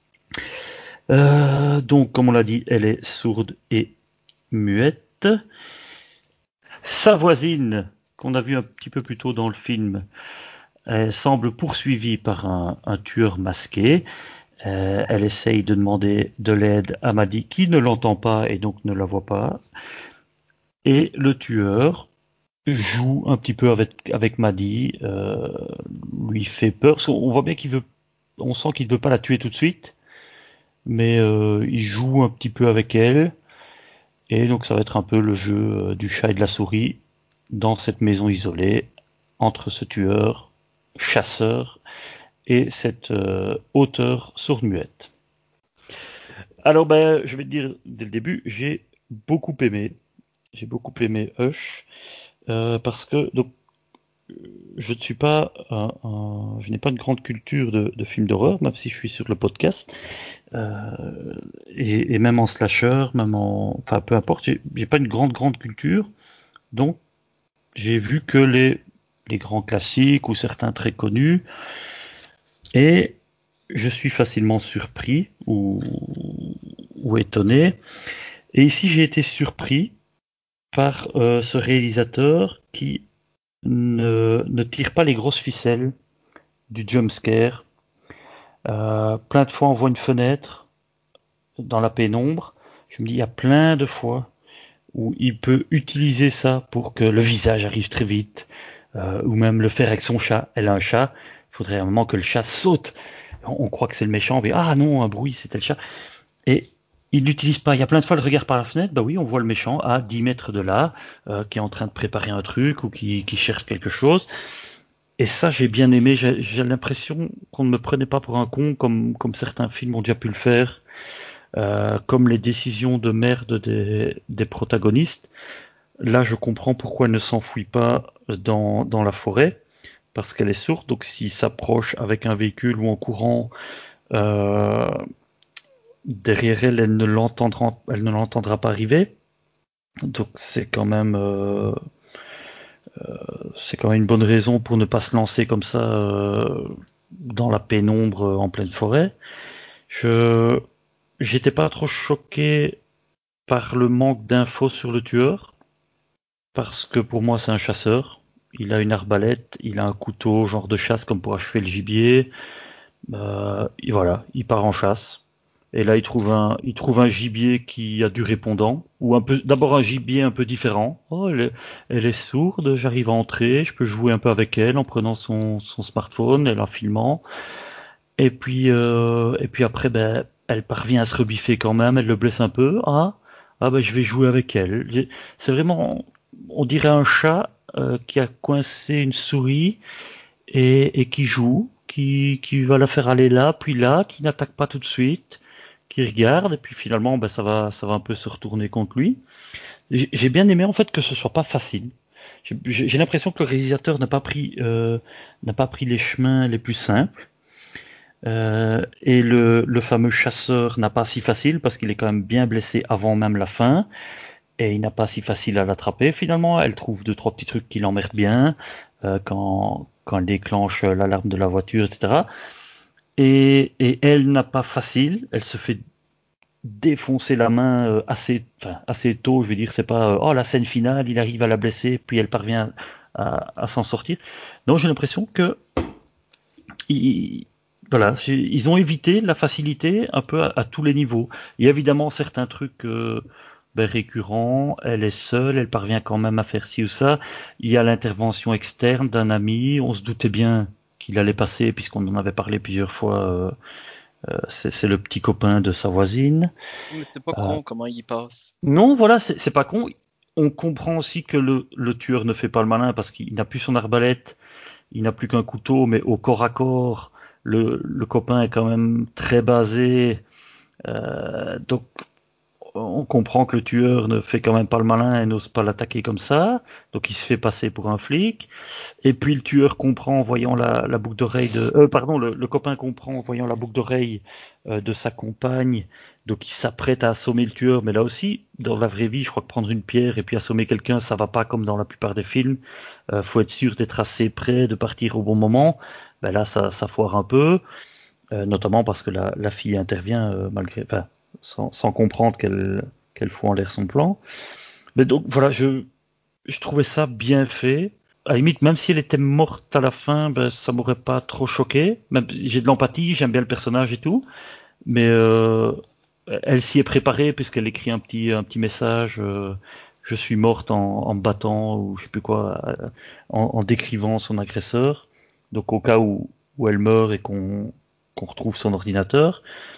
Euh, donc, comme on l'a dit, elle est sourde et muette. Sa voisine, qu'on a vu un petit peu plus tôt dans le film, elle semble poursuivie par un, un tueur masqué. Euh, elle essaye de demander de l'aide à Maddie, qui ne l'entend pas et donc ne la voit pas. Et le tueur joue un petit peu avec, avec Maddie, euh, lui fait peur. Parce qu'on voit bien qu'il veut, on sent qu'il ne veut pas la tuer tout de suite, mais euh, il joue un petit peu avec elle. Et donc ça va être un peu le jeu euh, du chat et de la souris dans cette maison isolée entre ce tueur, chasseur, et cette euh, auteure sourde-muette. Alors ben, je vais te dire dès le début, j'ai beaucoup aimé, j'ai beaucoup aimé Hush, euh, parce que donc je ne suis pas, un, un, je n'ai pas une grande culture de, de films d'horreur, même si je suis sur le podcast, euh, et, et même en slasher, même en, enfin peu importe, j'ai, j'ai pas une grande grande culture, donc j'ai vu que les les grands classiques ou certains très connus, et je suis facilement surpris ou, ou étonné. Et ici, j'ai été surpris par euh, ce réalisateur qui ne, ne tire pas les grosses ficelles du jumpscare. Euh, plein de fois, on voit une fenêtre dans la pénombre. Je me dis, il y a plein de fois où il peut utiliser ça pour que le visage arrive très vite, euh, ou même le faire avec son chat. Elle a un chat, il faudrait un moment que le chat saute. On, on croit que c'est le méchant, mais ah non, un bruit, c'était le chat. Et il n'utilise pas. Il y a plein de fois le regard par la fenêtre. Bah oui, on voit le méchant à dix mètres de là, euh, qui est en train de préparer un truc ou qui, qui cherche quelque chose. Et ça, j'ai bien aimé. J'ai, j'ai l'impression qu'on ne me prenait pas pour un con, comme, comme certains films ont déjà pu le faire, euh, comme les décisions de merde des, des protagonistes. Là, je comprends pourquoi elle ne s'enfuit pas dans, dans la forêt, parce qu'elle est sourde. Donc, s'il s'approche avec un véhicule ou en courant, euh, derrière elle, elle ne l'entendra, elle ne l'entendra pas arriver. Donc, c'est quand même, euh, c'est quand même une bonne raison pour ne pas se lancer comme ça euh, dans la pénombre euh, en pleine forêt. Je, j'étais pas trop choqué par le manque d'infos sur le tueur, parce que pour moi, c'est un chasseur. Il a une arbalète, il a un couteau, genre de chasse comme pour achever le gibier. Euh, et voilà, il part en chasse. Et là, il trouve un, il trouve un gibier qui a du répondant, ou un peu, d'abord un gibier un peu différent. Oh, elle est, elle est sourde, j'arrive à entrer, je peux jouer un peu avec elle en prenant son, son smartphone et en filmant. Et puis, euh, et puis après, ben, elle parvient à se rebiffer quand même, elle le blesse un peu. Ah, ah ben, je vais jouer avec elle. J'ai- C'est vraiment, on dirait un chat euh, qui a coincé une souris et, et qui joue, qui, qui va la faire aller là, puis là, qui n'attaque pas tout de suite, qui regarde, et puis finalement, ben, ça va, ça va un peu se retourner contre lui. J'ai j'ai bien aimé en fait que ce soit pas facile. J'ai j'ai l'impression que le réalisateur n'a pas pris, euh, n'a pas pris les chemins les plus simples. Euh, et le, le fameux chasseur n'a pas si facile parce qu'il est quand même bien blessé avant même la fin. Et il n'a pas si facile à l'attraper finalement. Elle trouve deux, trois petits trucs qui l'emmerdent bien euh, quand, quand elle déclenche l'alarme de la voiture, et cetera. Et, et elle n'a pas facile. Elle se fait défoncer la main euh, assez, enfin, assez tôt. Je veux dire, c'est pas euh, oh la scène finale, il arrive à la blesser, puis elle parvient à, à s'en sortir. Non, j'ai l'impression que ils, voilà, ils ont évité la facilité un peu à, à tous les niveaux. Il y a évidemment certains trucs euh, ben, récurrents. Elle est seule, elle parvient quand même à faire ci ou ça. Il y a l'intervention externe d'un ami. On se doutait bien qu'il allait passer puisqu'on en avait parlé plusieurs fois. Euh, euh, c'est, c'est le petit copain de sa voisine.
Mais c'est pas
Euh,
con comment il passe.
non, voilà, c'est, c'est pas con. On comprend aussi que le, le tueur ne fait pas le malin parce qu'il n'a plus son arbalète, il n'a plus qu'un couteau, mais au corps à corps, le, le copain est quand même très basé. Euh, donc on comprend que le tueur ne fait quand même pas le malin et n'ose pas l'attaquer comme ça. Donc il se fait passer pour un flic. Et puis le tueur comprend en voyant la, la boucle d'oreille de... Euh, pardon, le, le copain comprend en voyant la boucle d'oreille euh, de sa compagne. Donc il s'apprête à assommer le tueur. Mais là aussi, dans la vraie vie, je crois que prendre une pierre et puis assommer quelqu'un, ça va pas comme dans la plupart des films. Euh, faut être sûr d'être assez près, de partir au bon moment. Ben là, ça, ça foire un peu. Euh, notamment parce que la, la fille intervient euh, malgré... Enfin, sans, sans comprendre qu'elle qu'elle fout en l'air son plan. Mais donc voilà, je, je trouvais ça bien fait. À la limite, même si elle était morte à la fin, ben, ça m'aurait pas trop choqué. Même, j'ai de l'empathie, j'aime bien le personnage et tout. Mais euh, elle s'y est préparée puisqu'elle écrit un petit, un petit message. Euh, je suis morte en, en me battant ou je sais plus quoi, euh, en, en décrivant son agresseur. Donc au cas où, où elle meurt et qu'on qu'on retrouve son ordinateur.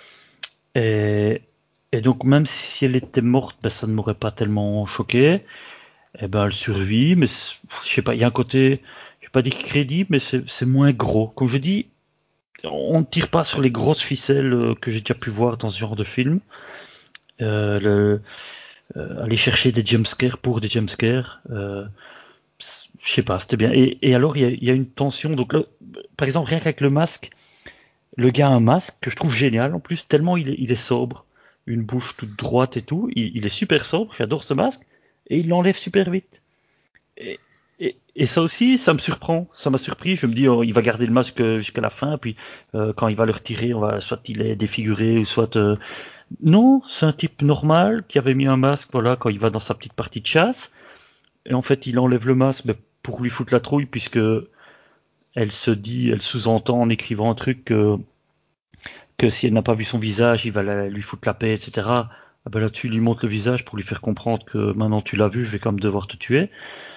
Et, et donc même si elle était morte, ben, ça ne m'aurait pas tellement choqué. Eh ben, elle survit, mais c'est- je sais pas, il y a un côté, je vais pas dire crédible, mais c'est c'est moins gros. Comme je dis, on ne tire pas sur les grosses ficelles euh, que j'ai déjà pu voir dans ce genre de film. Euh, le, euh, aller chercher des jumpscares pour des jumpscares, euh, c'est- je sais pas, c'était bien. Et, et alors, il y a, il y a une tension. Donc là, par exemple, rien qu'avec le masque, le gars a un masque que je trouve génial. En plus, tellement il est, il est sobre, une bouche toute droite et tout. Il, il est super sobre, j'adore ce masque. Et il l'enlève super vite. Et, et, et ça aussi, ça me surprend. Ça m'a surpris. Je me dis, oh, il va garder le masque jusqu'à la fin, puis euh, quand il va le retirer, on va soit il est défiguré, ou soit euh, non, c'est un type normal qui avait mis un masque, voilà, quand il va dans sa petite partie de chasse. Et en fait, il enlève le masque mais pour lui foutre la trouille, puisque elle se dit, elle sous-entend en écrivant un truc que, que si elle n'a pas vu son visage, il va la- lui foutre la paix, et cetera. Ah ben là, tu lui montres le visage pour lui faire comprendre que maintenant tu l'as vu, je vais quand même devoir te tuer.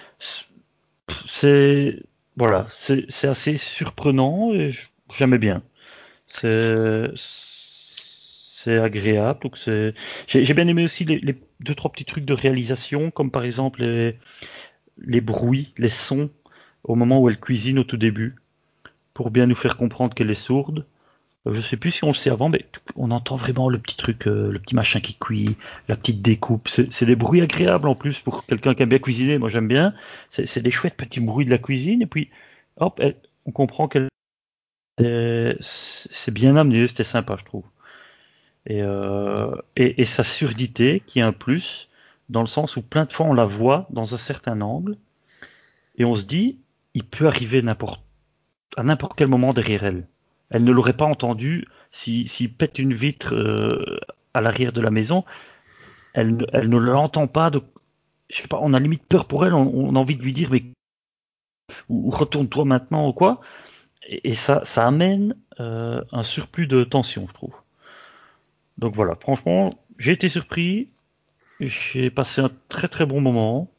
C'est voilà, c'est c'est assez surprenant et j'aimais bien. C'est c'est agréable. Donc c'est... J'ai, j'ai bien aimé aussi les, les deux trois petits trucs de réalisation, comme par exemple les, les bruits, les sons au moment où elle cuisine au tout début, pour bien nous faire comprendre qu'elle est sourde. Euh, Je sais plus si on le sait avant, mais on entend vraiment le petit truc, euh, le petit machin qui cuit, la petite découpe. C'est, c'est des bruits agréables en plus pour quelqu'un qui aime bien cuisiner. Moi j'aime bien. C'est, c'est des chouettes petits bruits de la cuisine. Et puis, hop, elle- on comprend qu'elle est- c'est bien amené, c'était sympa, je trouve. Et, euh, et, et sa surdité, qui est un plus, dans le sens où plein de fois on la voit dans un certain angle, et on se dit, il peut arriver n'importe, à n'importe quel moment derrière elle. Elle ne l'aurait pas entendu si, s'il pète une vitre euh, à l'arrière de la maison. Elle, ne- elle ne l'entend pas. De, je sais pas. On a limite peur pour elle. On, on a envie de lui dire, mais ou, ou retourne-toi maintenant ou quoi. Et, et ça, ça amène euh, un surplus de tension, je trouve. Donc voilà. Franchement, j'ai été surpris. J'ai passé un très très bon moment.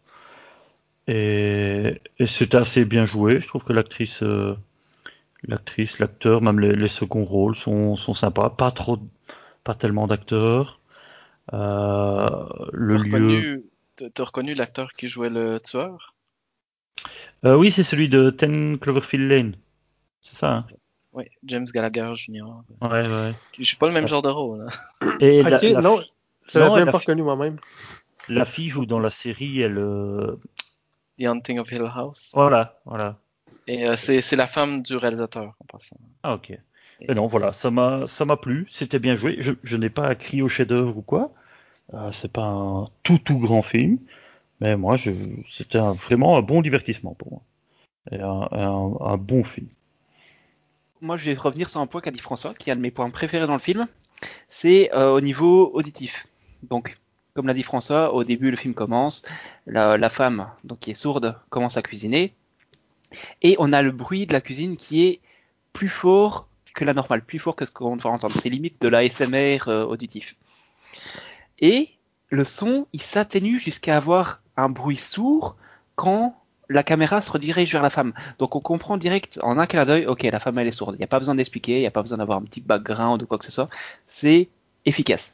Et, et c'était assez bien joué. Je trouve que l'actrice, euh, l'actrice, l'acteur, même les, les seconds rôles sont, sont sympas. Pas trop, pas tellement d'acteurs. Euh, le
T'as
lieu.
reconnu, t'as t'as reconnu l'acteur qui jouait le tueur?
Euh, oui, c'est celui de Ten Cloverfield Lane. C'est ça, hein?
Oui, James Gallagher junior
Ouais, ouais.
Qui joue pas le même genre de rôle. Hein.
Et
Ok,
la, la,
non,
fi-
je l'avais
non, et
même
la,
pas
fi-
reconnu moi-même.
la fille joue dans la série. Elle, euh,
The Haunting of Hill House.
voilà, voilà.
Et euh, c'est c'est la femme du réalisateur, en passant.
Ah, ok.
Et,
Et non, voilà, ça m'a, ça m'a plu. C'était bien joué. Je, je n'ai pas crié au chef-d'œuvre ou quoi. Euh, c'est pas un tout tout grand film, mais moi, je, c'était un- vraiment un bon divertissement pour moi. Et un, un- un bon film.
Moi, je vais revenir sur un point qu'a dit François, qui est un de mes points préférés dans le film. C'est euh, au niveau auditif. Donc, comme l'a dit François, au début, le film commence. La, la femme, donc qui est sourde, commence à cuisiner. Et on a le bruit de la cuisine qui est plus fort que la normale, plus fort que ce qu'on devrait entendre. C'est limite de l'A S M R euh, auditif. Et le son, il s'atténue jusqu'à avoir un bruit sourd quand la caméra se redirige vers la femme. Donc on comprend direct en un clin d'œil, ok, la femme elle est sourde. Il n'y a pas besoin d'expliquer, il n'y a pas besoin d'avoir un petit background ou quoi que ce soit. C'est efficace.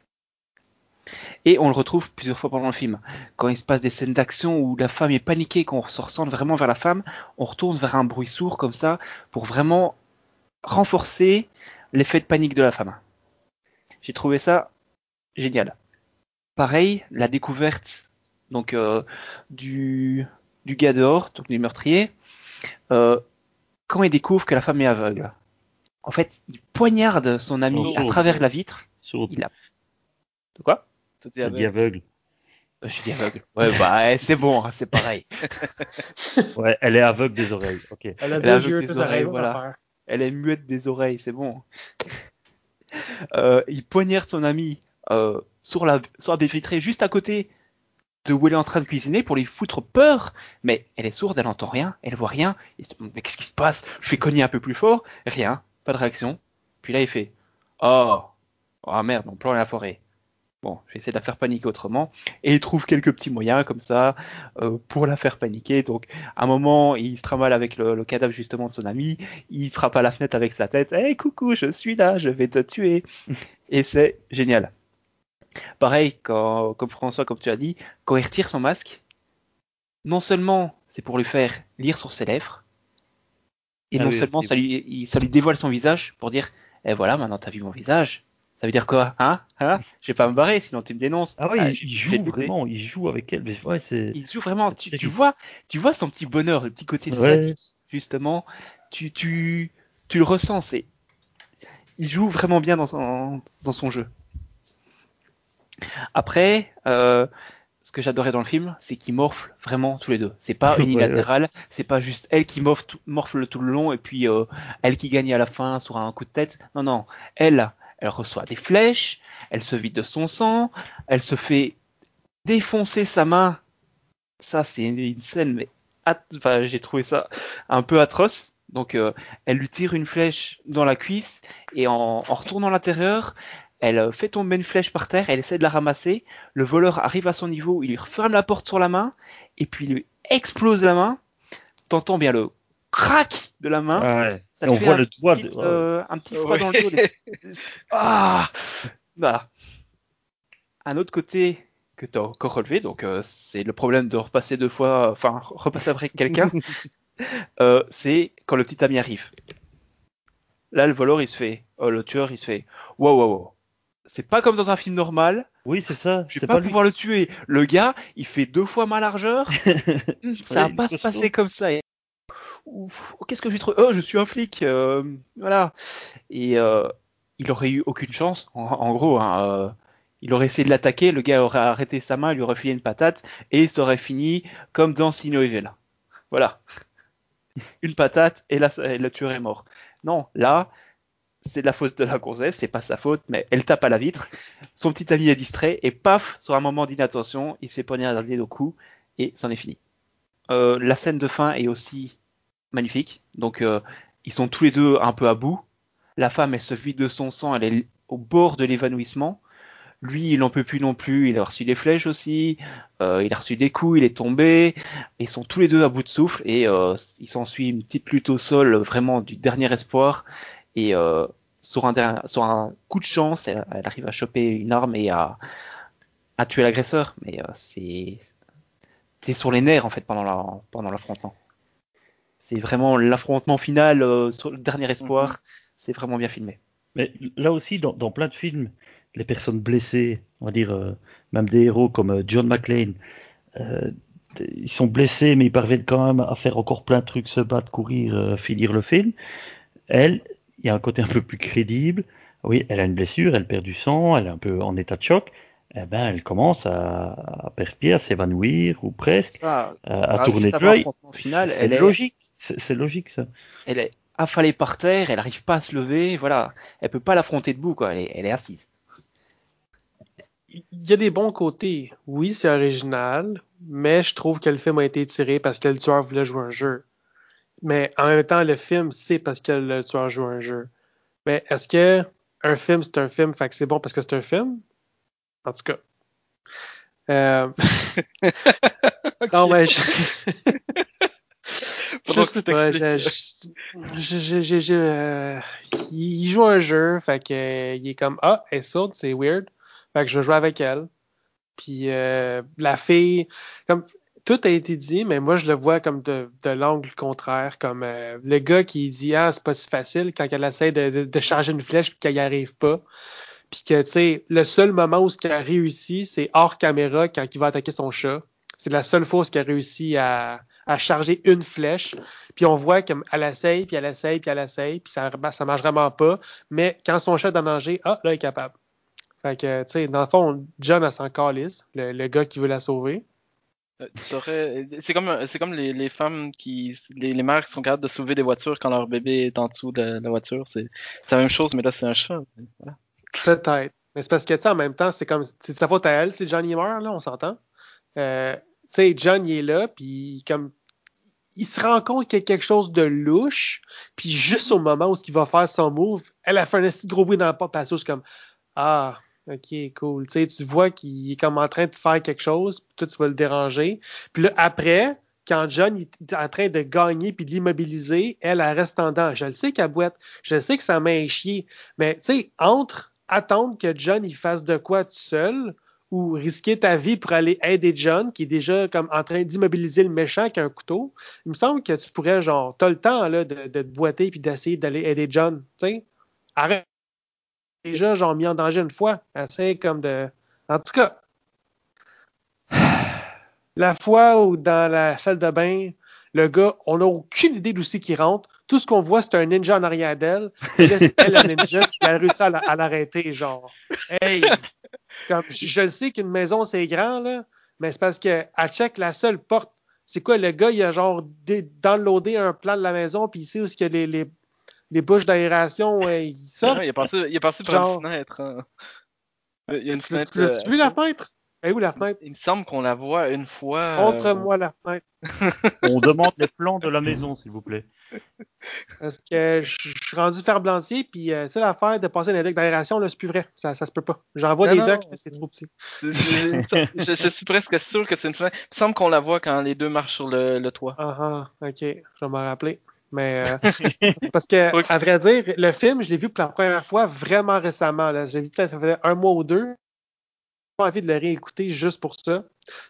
Et on le retrouve plusieurs fois pendant le film. Quand il se passe des scènes d'action où la femme est paniquée, qu'on se ressent vraiment vers la femme, on retourne vers un bruit sourd comme ça pour vraiment renforcer l'effet de panique de la femme. J'ai trouvé ça génial. Pareil, la découverte donc euh, du, du gars dehors, donc du meurtrier, euh, quand il découvre que la femme est aveugle, en fait, il poignarde son ami
Non,
à
sourde.
travers la vitre.
Sourde.
Il a... De quoi?
tout est
T'as dit
aveugle.
aveugle.
Euh, Je dis aveugle. Ouais, bah c'est bon, hein, c'est pareil.
Ouais, elle est aveugle des oreilles. Ok.
Elle a
Elle est
deux
aveugle
yeux,
des
deux
oreilles,
oreilles, même
voilà.
affaire.
Elle est muette des oreilles, c'est bon. Euh, il poignarde son ami euh, sur la sur la baie vitrée juste à côté de où elle est en train de cuisiner pour lui foutre peur, mais elle est sourde, elle entend rien, elle voit rien. Il se dit, mais qu'est-ce qui se passe? Je fais cogner un peu plus fort, rien, pas de réaction. Puis là il fait, oh, oh merde, mon plan est à foirer. Bon, je vais essayer de la faire paniquer autrement. Et il trouve quelques petits moyens comme ça euh, pour la faire paniquer. Donc, à un moment, il se trimballe avec le, le cadavre justement de son ami. Il frappe à la fenêtre avec sa tête. Hey, coucou, je suis là, je vais te tuer. Et c'est génial. Pareil, quand, comme François, comme tu as dit, quand il retire son masque, non seulement c'est pour lui faire lire sur ses lèvres, et
Ah
non
oui,
seulement
aussi,
ça
oui.
lui, il- ça lui dévoile son visage pour dire, eh voilà, maintenant t'as vu mon visage. Ça veut dire quoi, hein, hein? Je vais pas me barrer, sinon tu me dénonces.
Ah oui,
Ah,
il,
je,
il
je vais
joue
te buter.
vraiment, il joue avec elle. Mais ouais, c'est,
Il joue vraiment,
c'est
tu, tu
terrible.
vois, tu vois son petit bonheur, le petit côté
Ouais.
sadique, justement. Tu, tu, tu le ressens, c'est, il joue vraiment bien dans son, dans son jeu. Après, euh, ce que j'adorais dans le film, c'est qu'ils morflent vraiment tous les deux. C'est pas
Ouais, ouais.
unilatéral, c'est pas juste elle qui morfle tout, morfle tout le long et puis euh, elle qui gagne à la fin sur un coup de tête. Non, non, elle, elle reçoit des flèches, elle se vide de son sang, elle se fait défoncer sa main. Ça, c'est une, une scène, mais at- enfin, j'ai trouvé ça un peu atroce. Donc, euh, elle lui tire une flèche dans la cuisse et en, en retournant à l'intérieur, elle euh, fait tomber une flèche par terre. Elle essaie de la ramasser. Le voleur arrive à son niveau, il lui referme la porte sur la main et puis il lui explose la main. T'entends bien le crac de la main.
Ah ouais.
Ça
Et
te
on
fait
voit
un,
le doigt
petit,
de-
euh, un petit froid
Ouais.
dans le dos. des- Ah Voilà. Un autre côté que tu as encore relevé, donc euh, c'est le problème de repasser deux fois, enfin repasser après quelqu'un, euh, c'est quand le petit ami arrive. Là, le voleur, il se fait, oh, le tueur, il se fait, wow, wow, wow. C'est pas comme dans un film normal.
Oui, c'est ça.
Je vais
C'est
pas
pas lui.
pouvoir le tuer. Le gars, il fait deux fois ma largeur. Hmm, ça va
Oui,
pas
il est
se passer
costaud.
comme ça. Et- Ouf, oh, qu'est-ce que j'ai trouvé? Oh, je suis un flic. euh, voilà. Et euh, il aurait eu aucune chance. En, en gros, hein, euh, il aurait essayé de l'attaquer. Le gars aurait arrêté sa main, lui aurait filé une patate et ça aurait fini comme dans Sino Evil. Voilà. Une patate et, là, et le tueur est mort. Non, là, c'est de la faute de la gonzesse, c'est pas sa faute, mais elle tape à la vitre. Son petit ami est distrait et paf, sur un moment d'inattention, il se fait poignarder au cou et c'en est fini. Euh, la scène de fin est aussi magnifique. Donc, euh, ils sont tous les deux un peu à bout. La femme, elle se vide de son sang, elle est au bord de l'évanouissement. Lui, il en peut plus non plus. Il a reçu des flèches aussi. Euh, il a reçu des coups, il est tombé. Ils sont tous les deux à bout de souffle et euh, il s'ensuit une petite lutte au sol, vraiment du dernier espoir. Et euh, sur, un der- sur un coup de chance, elle, elle arrive à choper une arme et à, à tuer l'agresseur. Mais euh, c'est c'est sur les nerfs en fait pendant la, pendant l'affrontement. C'est vraiment l'affrontement final euh, sur le dernier espoir.
Mhm.
C'est vraiment bien filmé.
Mais là aussi, dans, dans plein de films, les personnes blessées, on va dire, euh, même des héros comme euh, John McClane, euh, ils sont blessés, mais ils parviennent quand même à faire encore plein de trucs, se battre, courir, euh, finir le film. Elle, il y a un côté un peu plus crédible. Oui, elle a une blessure, elle perd du sang, elle est un peu en état de choc. Eh ben, elle commence à, à perdre pied, à s'évanouir, ou presque,
Ça,
à, à
ah,
tourner
juste
de
avant
l'œil.
l'affrontement
C'est
final,
c'est
elle est,
logique. C'est c'est logique, ça.
elle est affalée par terre, elle n'arrive pas à se lever, voilà. Elle peut pas l'affronter debout, quoi. Elle est, elle est assise.
Il y a des bons côtés. Oui, c'est original, mais je trouve que le film a été tiré parce que le tueur voulait jouer un jeu. Mais en même temps, le film, c'est parce que le tueur joue un jeu. Mais est-ce que un film, c'est un film, fait que c'est bon parce que c'est un film? En tout cas. Euh... Non, mais je... je
Faudra que
sais
tu
pas.
t'expliques.
Je, je, je, je, je, euh, il joue un jeu, fait que euh, il est comme ah, elle est sourde, c'est weird. Fait que je vais jouer avec elle. Puis euh, la fille, comme tout a été dit, mais moi je le vois comme de, de l'angle contraire, comme euh, le gars qui dit ah c'est pas si facile quand elle essaie de, de, de charger une flèche puis qu'elle y arrive pas. Puis que tu sais le seul moment où ce qu'elle a réussi, c'est hors caméra quand il va attaquer son chat. C'est la seule fois où qu'elle a réussi à, à charger une flèche. Puis on voit qu'elle essaye, puis elle essaye, puis elle essaye, puis ça, ça marche vraiment pas. Mais quand son chat est en danger, ah là il est capable. Fait que, tu sais, dans le fond, John, elle s'en calisse, le, le gars qui veut la sauver.
Euh, tu saurais- C'est comme, c'est comme les, les femmes qui, les, les mères qui sont capables de soulever des voitures quand leur bébé est en dessous de la voiture. C'est c'est la même chose, mais là, c'est un chat. Voilà.
Peut-être. Mais c'est parce que, tu sais, en même temps, c'est comme, c'est de sa faute à elle, si John il meurt, là, on s'entend. Euh, tu sais, John, il est là, puis comme, il se rend compte qu'il y a quelque chose de louche, puis juste au moment où il va faire son move, elle a fait un petit gros bruit dans la porte, puis elle saute, comme, ah, ok, cool. Tu sais, tu vois qu'il est comme en train de faire quelque chose, puis toi, tu vas le déranger. Puis là, après, quand John il est en train de gagner puis de l'immobiliser, elle, elle reste en dedans. Je le sais qu'elle boite, je le sais que sa main est chier, mais tu sais, entre attendre que John il fasse de quoi tout seul ou risquer ta vie pour aller aider John, qui est déjà comme en train d'immobiliser le méchant avec un couteau, il me semble que tu pourrais, genre, t'as le temps là, de, de te boiter puis d'essayer d'aller aider John. Tu sais, arrête déjà genre mis en danger une fois. Essaye comme de. En tout cas, la fois où dans la salle de bain, le gars, on n'a aucune idée d'où c'est qu'il rentre. Tout ce qu'on voit, c'est un ninja en arrière d'elle. Et là, c'est elle, la ninja, qui a réussi à, la- à l'arrêter, genre. Hey! Comme, je, je le sais qu'une maison, c'est grand, là, mais c'est parce qu'elle check la seule porte. C'est quoi, le gars, il a genre dé- downloadé un plan de la maison, puis il sait où est-ce que les, les, les bouches d'aération, euh, ils sortent.
Ouais, il est passé, il est passé par une
Genre,
fenêtre. Hein. Il y a une
tu, l'as-
fenêtre.
tu l'as-tu
euh,
vu la fenêtre? Eh où la
il,
fenêtre?
il me semble qu'on la voit une fois. euh,
Montre-moi la fenêtre.
On demande les plans de la maison, s'il vous plaît.
Parce que je je suis rendu ferblantier, puis euh, tu sais, l'affaire de passer un deck d'aération, là, c'est plus vrai. Ça, ça se peut pas. J'envoie
Non,
des decks,
non.
là, c'est trop petit.
c'est- c'est- Je, je suis presque sûr que c'est une fenêtre. Il me semble qu'on la voit quand les deux marchent sur le, le toit.
Ah ah, ok, je vais m'en rappeler. Mais euh, parce que,
Oui.
à vrai dire, le film, je l'ai vu pour la première fois vraiment récemment. Là. J'ai vu peut-être ça fait un mois ou deux. J'ai pas envie de le réécouter juste pour ça.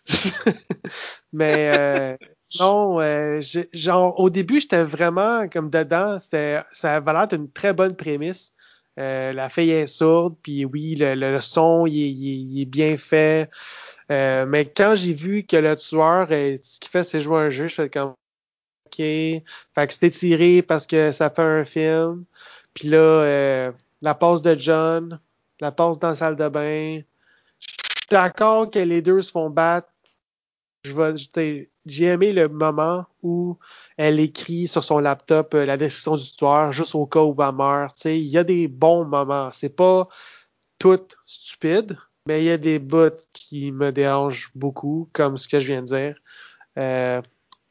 Mais euh, non, euh, j'ai- genre au début, j'étais vraiment comme dedans. C'était, ça avait l'air d'une très bonne prémisse. Euh, la fille est sourde, puis oui, le, le- le son, il, est- il est il est bien fait. Euh, mais quand j'ai vu que le tueur, euh, ce qu'il fait, c'est jouer un jeu, je fais comme OK. Fait que c'était tiré parce que ça fait un film. Puis là, euh, la pause de John, la pause dans la salle de bain. Je suis d'accord que les deux se font battre. Je vais, tu sais, j'ai aimé le moment où elle écrit sur son laptop euh, la description du tueur juste au cas où elle meurt. Tu sais, il y a des bons moments. C'est pas tout stupide, mais il y a des bouts qui me dérangent beaucoup, comme ce que je viens de dire. Euh,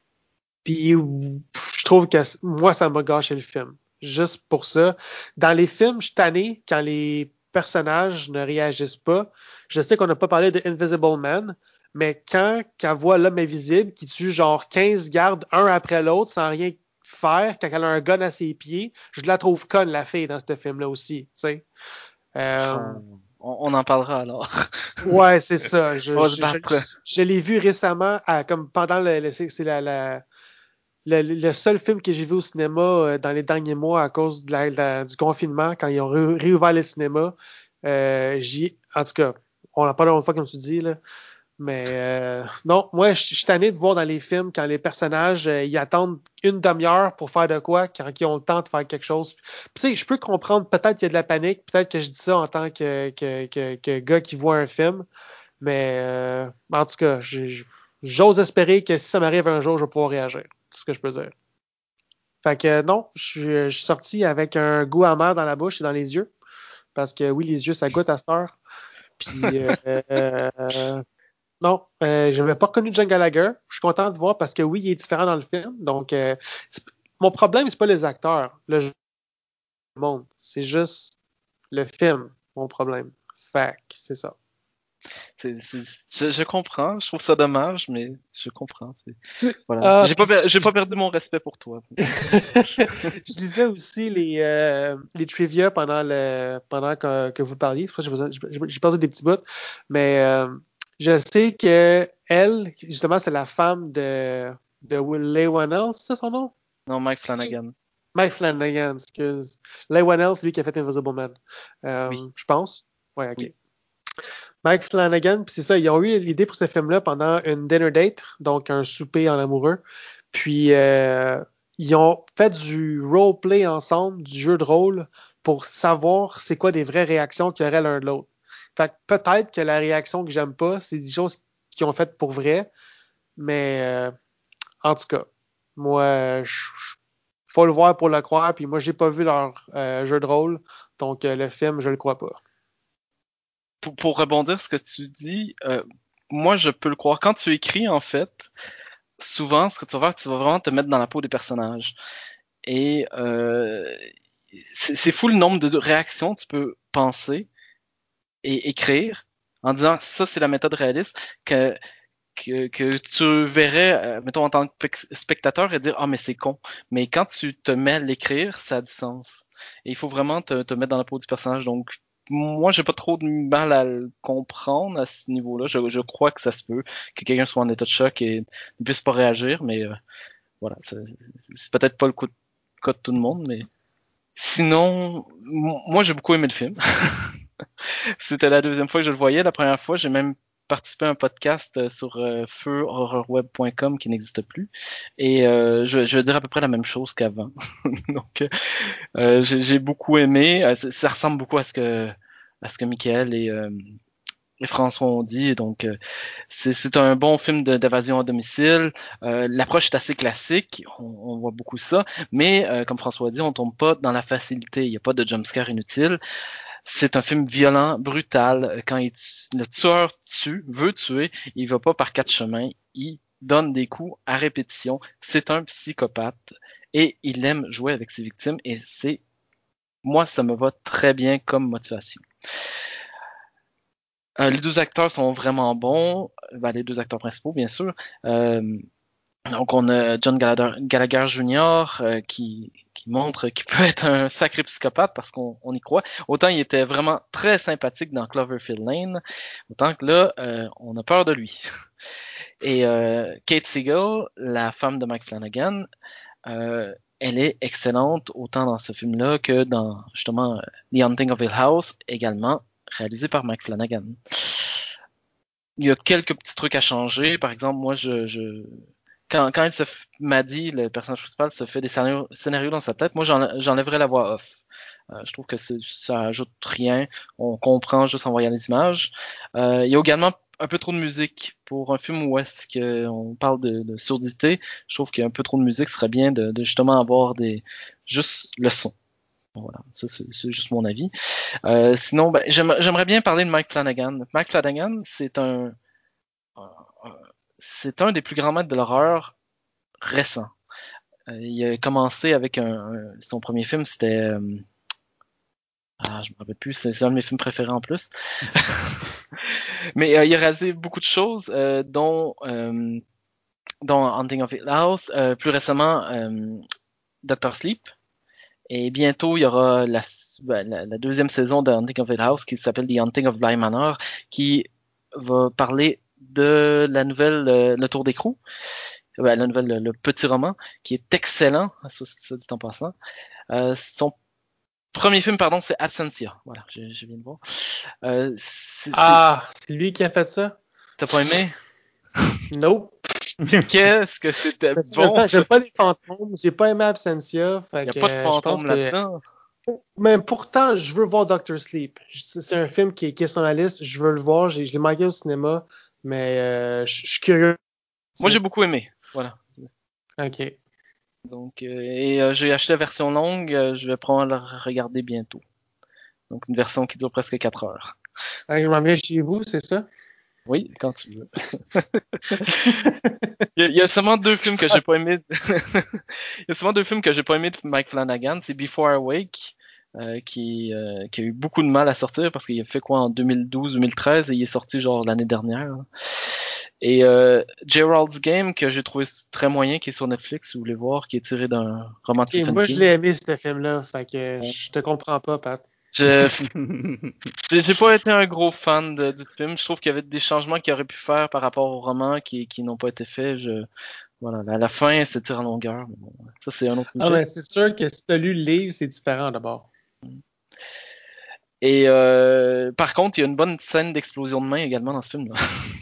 Puis je trouve que c- moi, ça m'a gâché le film. Juste pour ça. Dans les films, je suis tanné quand les personnages ne réagissent pas. Je sais qu'on n'a pas parlé de Invisible Man, mais quand elle voit l'homme invisible qui tue genre quinze gardes un après l'autre sans rien faire, quand elle a un gun à ses pieds, je la trouve conne, la fille, dans ce film-là aussi. Tu sais. Euh,
On, on en parlera alors.
ouais, c'est ça. Je,
On va se
je, je,
battre.
je l'ai vu récemment, à- comme pendant le, le- c'est c'est la, la, le, le seul film que j'ai vu au cinéma euh, dans les derniers mois à cause de la- la- du confinement, quand ils ont ré- réouvert les cinémas. Euh, j'y, en tout cas, on en parle une fois, comme tu dis, là. Mais euh, non, moi, je je suis tanné de voir dans les films quand les personnages euh, ils attendent une demi-heure pour faire de quoi, quand ils ont le temps de faire quelque chose. Puis, tu sais, je peux comprendre, peut-être qu'il y a de la panique, peut-être que je dis ça en tant que, que, que, que gars qui voit un film, mais euh, en tout cas, j'ai- j'ose espérer que si ça m'arrive un jour, je vais pouvoir réagir. C'est ce que je peux dire. Fait que euh, non, je suis, je suis sorti avec un goût amer dans la bouche et dans les yeux. Parce que oui, les yeux, ça goûte à cette heure. Puis euh, euh, non, euh, je n'avais pas reconnu John Gallagher. Je suis content de voir parce que oui, il est différent dans le film. Donc euh, c'est- mon problème, c'est pas les acteurs, le monde. C'est juste le film, mon problème. Fait que c'est ça.
C'est, c'est- je, je comprends, je trouve ça dommage, mais je comprends. c'est-
Tu-
Voilà.
ah,
J'ai pas,
puis
per- j'ai
je,
pas perdu mon respect pour toi.
je lisais aussi les, euh, les trivia pendant le pendant que, que vous parliez. C'est pour ça que j'ai besoin- j'ai- j'ai passé des petits bouts. Mais euh, je sais que elle, justement, c'est la femme de, de Will Leigh Whannell, c'est ça son nom?
Non, Mike Flanagan.
Mike Flanagan, excuse. Leigh Whannell, c'est lui qui a fait Invisible Man.
Oui,
Euh, je pense. Ouais, ok.
oui.
Mike Flanagan, puis c'est ça, ils ont eu l'idée pour ce film-là pendant une dinner date, donc un souper en amoureux. Puis euh, ils ont fait du roleplay ensemble, du jeu de rôle, pour savoir c'est quoi des vraies réactions qu'il y aurait l'un de l'autre. Fait que peut-être que la réaction que j'aime pas, c'est des choses qu'ils ont faites pour vrai, mais euh, en tout cas, moi, je, je- faut le voir pour le croire, puis moi, j'ai pas vu leur euh, jeu de rôle, donc euh, le film, je le crois pas.
Pour, pour rebondir ce que tu dis, euh, moi je peux le croire. Quand tu écris, en fait, souvent, ce que tu vas faire, tu vas vraiment te mettre dans la peau des personnages. Et euh, c'est c'est fou le nombre de réactions que tu peux penser et écrire en disant ça c'est la méthode réaliste que que, que tu verrais, euh, mettons en tant que pec- spectateur et dire ah mais c'est con. Mais quand tu te mets à l'écrire, ça a du sens. Et il faut vraiment te, te mettre dans la peau du personnage. Donc moi j'ai pas trop de mal à le comprendre à ce niveau-là. Je, je crois que ça se peut que quelqu'un soit en état de choc et ne puisse pas réagir, mais euh, voilà, c'est c'est peut-être pas le coup de- cas de tout le monde, mais sinon, m- moi j'ai beaucoup aimé le film. C'était la deuxième fois que je le voyais. La première fois, j'ai même participé à un podcast euh, sur euh, feu horror web point com qui n'existe plus. Et euh, je, je vais dire à peu près la même chose qu'avant. Donc, euh, j'ai j'ai beaucoup aimé. Euh, Ça, ça ressemble beaucoup à ce que à ce que Michael et, euh, et François ont dit. Donc, euh, c'est c'est un bon film de- d'évasion à domicile. Euh, L'approche est assez classique. On, on voit beaucoup ça. Mais, euh, comme François a dit, on tombe pas dans la facilité. Il n'y a pas de jumpscare inutile. C'est un film violent, brutal. Quand il tue- le tueur tue, veut tuer, il va pas par quatre chemins. Il donne des coups à répétition. C'est un psychopathe et il aime jouer avec ses victimes et c'est, moi, ça me va très bien comme motivation. Euh, les deux acteurs sont vraiment bons. Ben, les deux acteurs principaux, bien sûr. Euh, Donc, on a John Gallagher, Gallagher junior euh, qui, qui montre qu'il peut être un sacré psychopathe parce qu'on on y croit. Autant il était vraiment très sympathique dans Cloverfield Lane, autant que là, euh, on a peur de lui. Et euh, Kate Siegel, la femme de Mike Flanagan, euh, elle est excellente autant dans ce film-là que dans justement The Haunting of Hill House, également réalisé par Mike Flanagan. Il y a quelques petits trucs à changer. Par exemple, moi, je, je... quand, quand il se f... m'a dit, le personnage principal se fait des scénarios, scénarios dans sa tête, moi, j'en, j'enlèverais la voix off. Euh, je trouve que c'est, ça ajoute rien. On comprend juste en voyant les images. Euh, il y a également un peu trop de musique pour un film où est-ce qu'on parle de, de surdité. Je trouve qu'il y a un peu trop de musique. Ce serait bien de, de justement avoir des juste le son. Voilà, ça c'est, c'est juste mon avis. Euh, sinon, ben, j'aimerais, j'aimerais bien parler de Mike Flanagan. Mike Flanagan, c'est un, un- un- c'est un des plus grands maîtres de l'horreur récents. Euh, il a commencé avec un, un- son premier film, c'était euh, ah, je me rappelle plus, c'est, c'est un de mes films préférés en plus. Mais euh, il a réalisé beaucoup de choses, euh, dont euh, dont Haunting of Hill House, euh, plus récemment euh, Doctor Sleep. Et bientôt, il y aura la, ben, la, la deuxième saison de Haunting of Hill House qui s'appelle The Haunting of Bly Manor, qui va parler de la nouvelle euh, Le Tour d'écrou, ben, la nouvelle le, le petit roman, qui est excellent, ça, ça dit en passant. Euh, son premier film, pardon, c'est Absentia. Voilà, je, je viens de voir. Euh, c'est, c'est...
Ah, c'est lui qui a fait ça?
T'as pas aimé?
Nope.
Qu'est-ce que c'était
Parce que
bon,
J'aime
ça!
pas les fantômes, j'ai pas aimé Absentia,
Il
fait
n'y a
que
pas de
euh, je pense
fantôme
que...
là-dedans.
Mais pourtant, je veux voir Doctor Sleep. C'est c'est un film qui est, qui est sur la liste, je veux le voir, j'ai- je l'ai manqué au cinéma, mais euh, je je suis curieux.
Moi, j'ai beaucoup aimé. Voilà.
Ok.
Donc, euh, et euh, j'ai acheté la version longue, euh, je vais probablement la regarder bientôt. Donc, une version qui dure presque quatre heures.
Fait que je m'en viens chez vous, c'est ça?
Oui, quand tu veux. Il y, a, il y a seulement deux films que j'ai pas aimé. Il y a seulement deux films que j'ai pas aimé de Mike Flanagan. C'est Before I Wake, euh, qui, euh, qui a eu beaucoup de mal à sortir parce qu'il a fait quoi en deux mille douze, deux mille treize et il est sorti genre l'année dernière. Et euh, Gerald's Game, que j'ai trouvé très moyen, qui est sur Netflix, si vous voulez voir, qui est tiré d'un roman de
Ok,
Stephen
moi, je
King.
l'ai aimé, ce film-là, fait que je te comprends pas, Pat.
Je, j'ai j'ai pas été un gros fan de, du film. Je trouve qu'il y avait des changements qu'il aurait pu faire par rapport au roman qui, qui n'ont pas été faits. Je, voilà, à la fin, c'est tir en longueur. Mais bon, ça, c'est un autre
Ah,
sujet.
mais c'est sûr que si t'as lu le livre, c'est différent d'abord.
Et euh, par contre, il y a une bonne scène d'explosion de main également dans ce film-là.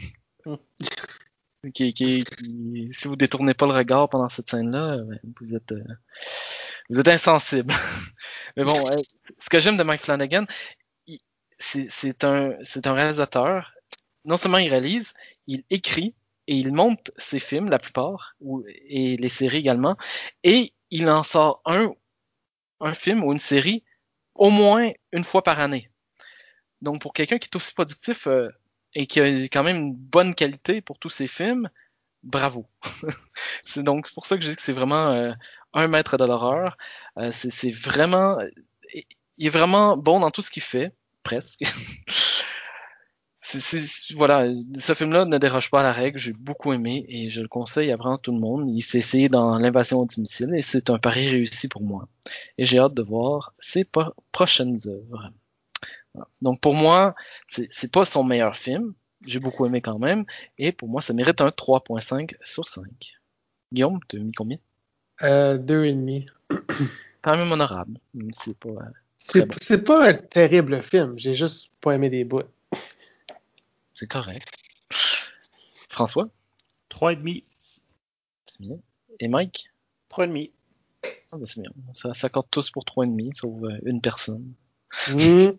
qui, qui, qui, si vous détournez pas le regard pendant cette scène-là, ben, vous êtes euh, vous êtes insensible. Mais bon, euh, ce que j'aime de Mike Flanagan, il- c'est, c'est un c'est un réalisateur. Non seulement il réalise, il écrit et il monte ses films, la plupart, ou, et les séries également, et il en sort un, un film ou une série au moins une fois par année. Donc pour quelqu'un qui est aussi productif euh, et qui a quand même une bonne qualité pour tous ses films, bravo. C'est donc pour ça que je dis que c'est vraiment euh, un maître de l'horreur. Euh, c'est, c'est vraiment, il est vraiment bon dans tout ce qu'il fait, presque. C'est, c'est, voilà, ce film-là ne déroge pas à la règle. J'ai beaucoup aimé et je le conseille à vraiment tout le monde. Il s'est essayé dans l'invasion au domicile et c'est un pari réussi pour moi. Et j'ai hâte de voir ses po- prochaines œuvres. Voilà. Donc pour moi, c'est, c'est pas son meilleur film. J'ai beaucoup aimé quand même. Et pour moi, ça mérite un trois virgule cinq sur cinq. Guillaume, tu as mis combien?
Euh, deux et demi.
Quand même honorable. Même si c'est pas euh, très
C'est,
bon.
c'est pas un terrible film, j'ai juste pas aimé des bouts.
C'est correct. François,
Trois et demi.
c'est bien. Et Mike?
Trois et demi.
Ah, ben, c'est bien. Ça s'accorde tous pour trois virgule cinq, sauf euh, une personne.
Mmh.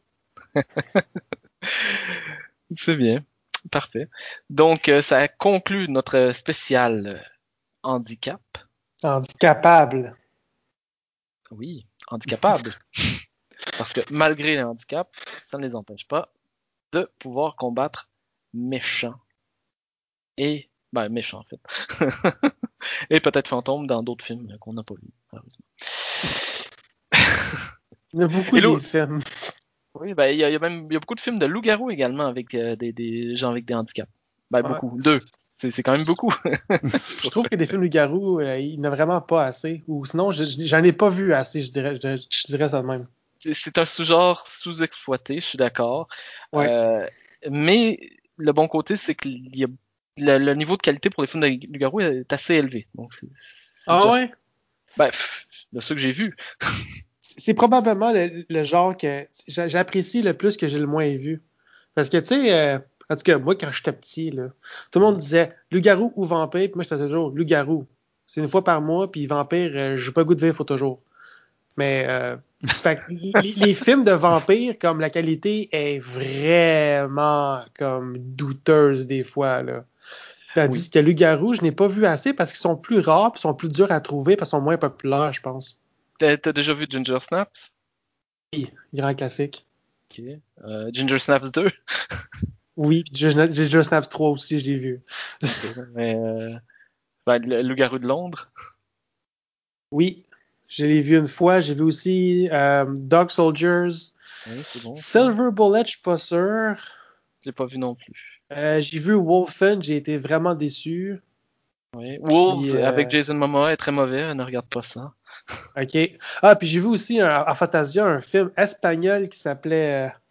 C'est bien. Parfait. Donc, euh, ça conclut notre spécial euh, handicap.
Handicapable.
Oui, handicapable. Parce que malgré les handicaps, ça ne les empêche pas de pouvoir combattre méchants. Et, ben, méchants en fait. Et peut-être fantômes dans d'autres films qu'on n'a pas vus, malheureusement.
Il y en a beaucoup
Et
des
loup-
films.
Oui, ben, il y a, il y a même il y a beaucoup de films de loups-garous également avec euh, des, des gens avec des handicaps. Ben,
Ouais.
beaucoup. Deux. C'est, c'est quand même beaucoup.
Je trouve que des films loup-garou, euh, il n'y en a vraiment pas assez. Ou sinon, je, j'en ai pas vu assez, je dirais, je, je dirais ça de même.
C'est, c'est un sous-genre sous-exploité, je suis d'accord.
Ouais.
Euh, mais le bon côté, c'est que il y a, le, le niveau de qualité pour les films de loup-garou est assez élevé. Donc c'est, c'est
Ah
déjà-
ouais?
Ben, pff, de ceux que j'ai vus.
C'est probablement le, le genre que j'a- j'apprécie le plus que j'ai le moins vu. Parce que, tu sais, euh, en tout cas, moi, quand j'étais petit, là, tout le monde disait loup-garou ou vampire, puis moi, j'étais toujours loup-garou. C'est une fois par mois, puis vampire, euh, j'ai pas le goût de vivre, faut toujours. Mais, euh, fait que les, les films de vampires, comme la qualité est vraiment comme douteuse des fois, là. Tandis
Oui.
que loup-garou, je n'ai pas vu assez parce qu'ils sont plus rares, puis sont plus durs à trouver, parce qu'ils sont moins populaires, je pense.
T'as, t'as déjà vu Ginger Snaps?
Grand classique.
Ok. Euh, Ginger Snaps deux?
Oui, puis Ginger Ginger Snaps trois aussi, je l'ai vu.
Ok. Mais, euh, ben, le loup-garou de Londres?
Oui, je l'ai vu une fois. J'ai vu aussi euh, Dog Soldiers.
Oui, c'est bon. ça.
Silver Bullet, je suis pas sûr.
Je l'ai pas vu non plus.
Euh, j'ai vu Wolfen, j'ai été vraiment déçu.
Oui. Wolf
Puis, euh,
avec Jason Momoa est très mauvais, ne regarde pas ça.
OK. Ah, puis j'ai vu aussi un, à Fantasia un film espagnol qui s'appelait euh,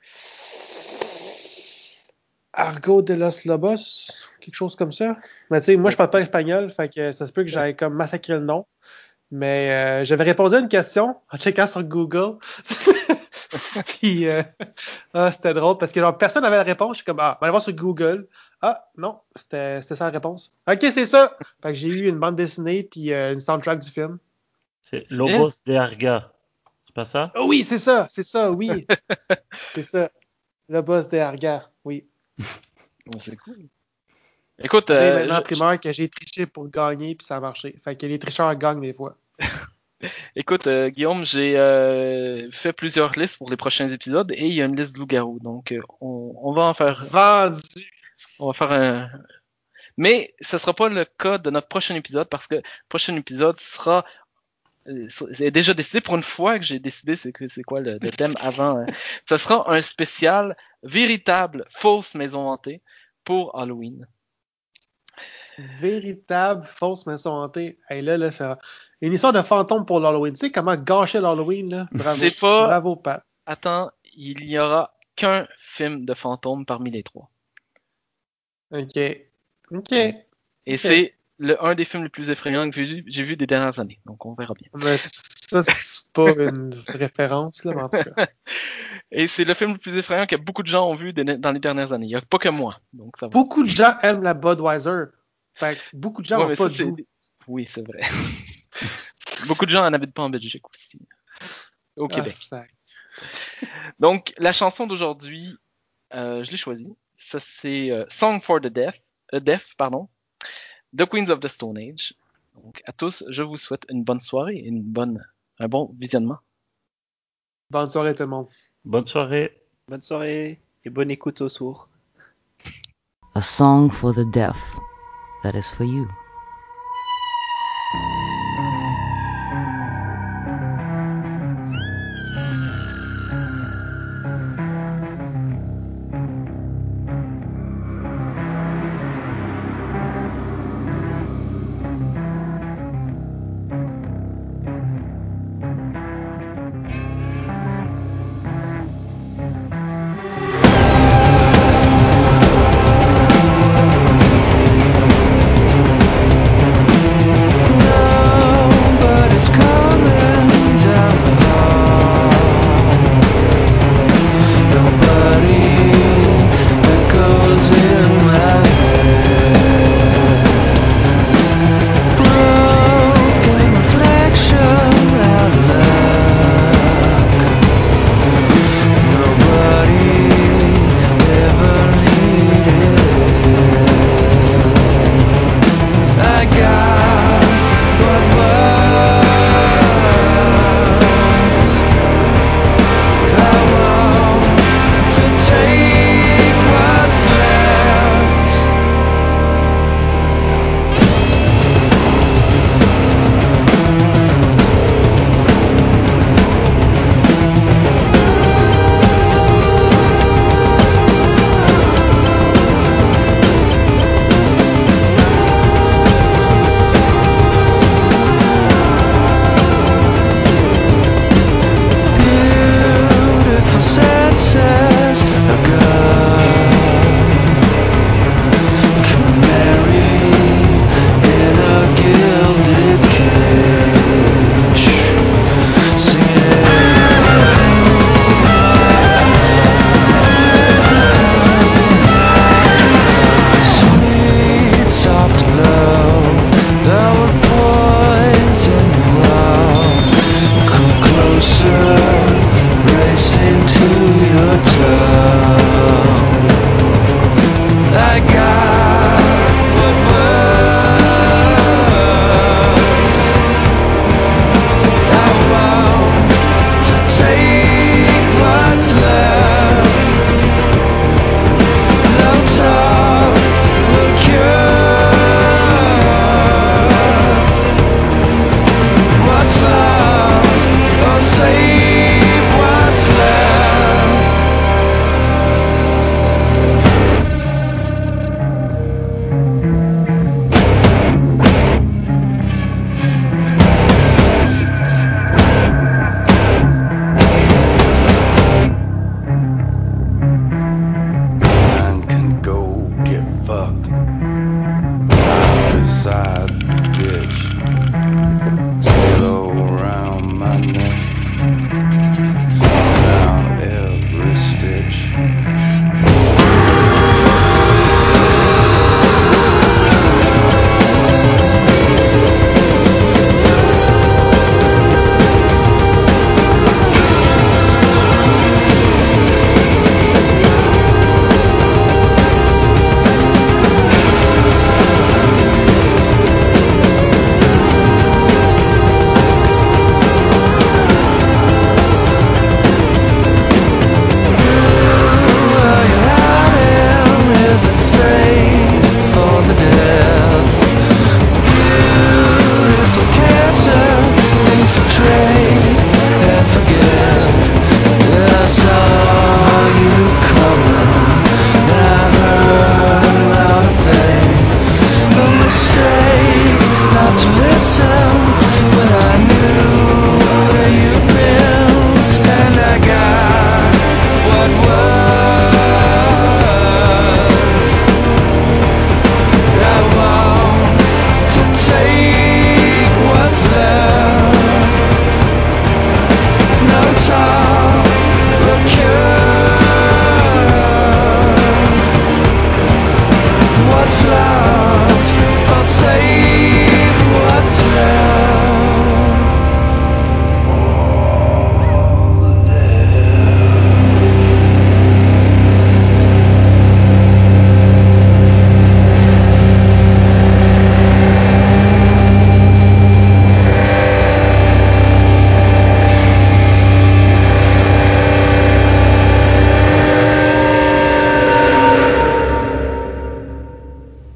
Argo de los Lobos, quelque chose comme ça. Mais tu sais, moi je parle pas espagnol, fait que ça se peut que j'aille comme massacrer le nom. Mais euh, j'avais répondu à une question en checkant sur Google. Puis euh, ah, c'était drôle parce que genre, personne n'avait la réponse. Je suis comme, ah, on va aller voir sur Google. Ah, non, c'était, c'était ça la réponse. Ok, c'est ça. Fait que j'ai eu une bande dessinée puis euh, une soundtrack du film.
C'est Lobos de Arga. C'est pas ça?
Oh oui, c'est ça, c'est ça, oui. C'est ça. Le boss des Argas, oui.
Bon, c'est cool. Écoute,
Savez
euh,
maintenant en
je-
primaire que j'ai triché pour gagner puis ça a marché. Fait que les tricheurs gagnent des fois.
écoute euh, Guillaume, j'ai euh, fait plusieurs listes pour les prochains épisodes et il y a une liste de loup-garou. Donc, euh, on, on va en faire,
Vendu.
on va faire un. Mais ce sera pas le cas de notre prochain épisode parce que le prochain épisode sera euh, c'est déjà décidé pour une fois que j'ai décidé c'est que c'est quoi le, le thème avant. euh, Ce sera un spécial véritable fausse maison hantée pour Halloween.
Véritable fausse maison hantée. Hey, là, là, ça... Une histoire de fantôme pour l'Halloween. Tu sais comment gâcher l'Halloween, là? Bravo.
C'est pas.
Bravo, Pat.
Attends, il n'y aura qu'un film de fantôme parmi les trois.
OK. OK.
Et
Ok.
c'est le un des films les plus effrayants que j'ai, j'ai vu des dernières années. Donc on verra bien.
Mais ça, c'est pas une référence, là, mais en tout cas.
Et c'est le film le plus effrayant que beaucoup de gens ont vu des- dans les dernières années. Il n'y a pas que moi. Donc ça va.
Beaucoup de gens aiment la Budweiser. Fait que beaucoup de gens
Ouais,
n'ont
mais
pas
ça,
de
c'est-
goût.
Oui, c'est vrai. Beaucoup de gens en habitent pas en Belgique aussi. Au
Ah,
Québec.
sac.
Donc la chanson d'aujourd'hui, euh, je l'ai choisie. Ça c'est euh, Song for the Deaf, euh, Deaf, pardon, The Queens of the Stone Age. Donc à tous, je vous souhaite une bonne soirée et une bonne, un bon visionnement.
Bonne soirée, tout le monde.
Bonne soirée.
Bonne soirée et bonne écoute aux sourds.
A song for the deaf, that is for you.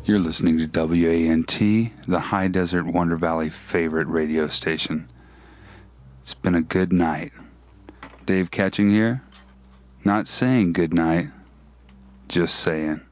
You're listening to W A N T, the High Desert Wonder Valley favorite radio station. It's been a good night. Dave Catching here. Not saying good night, just saying.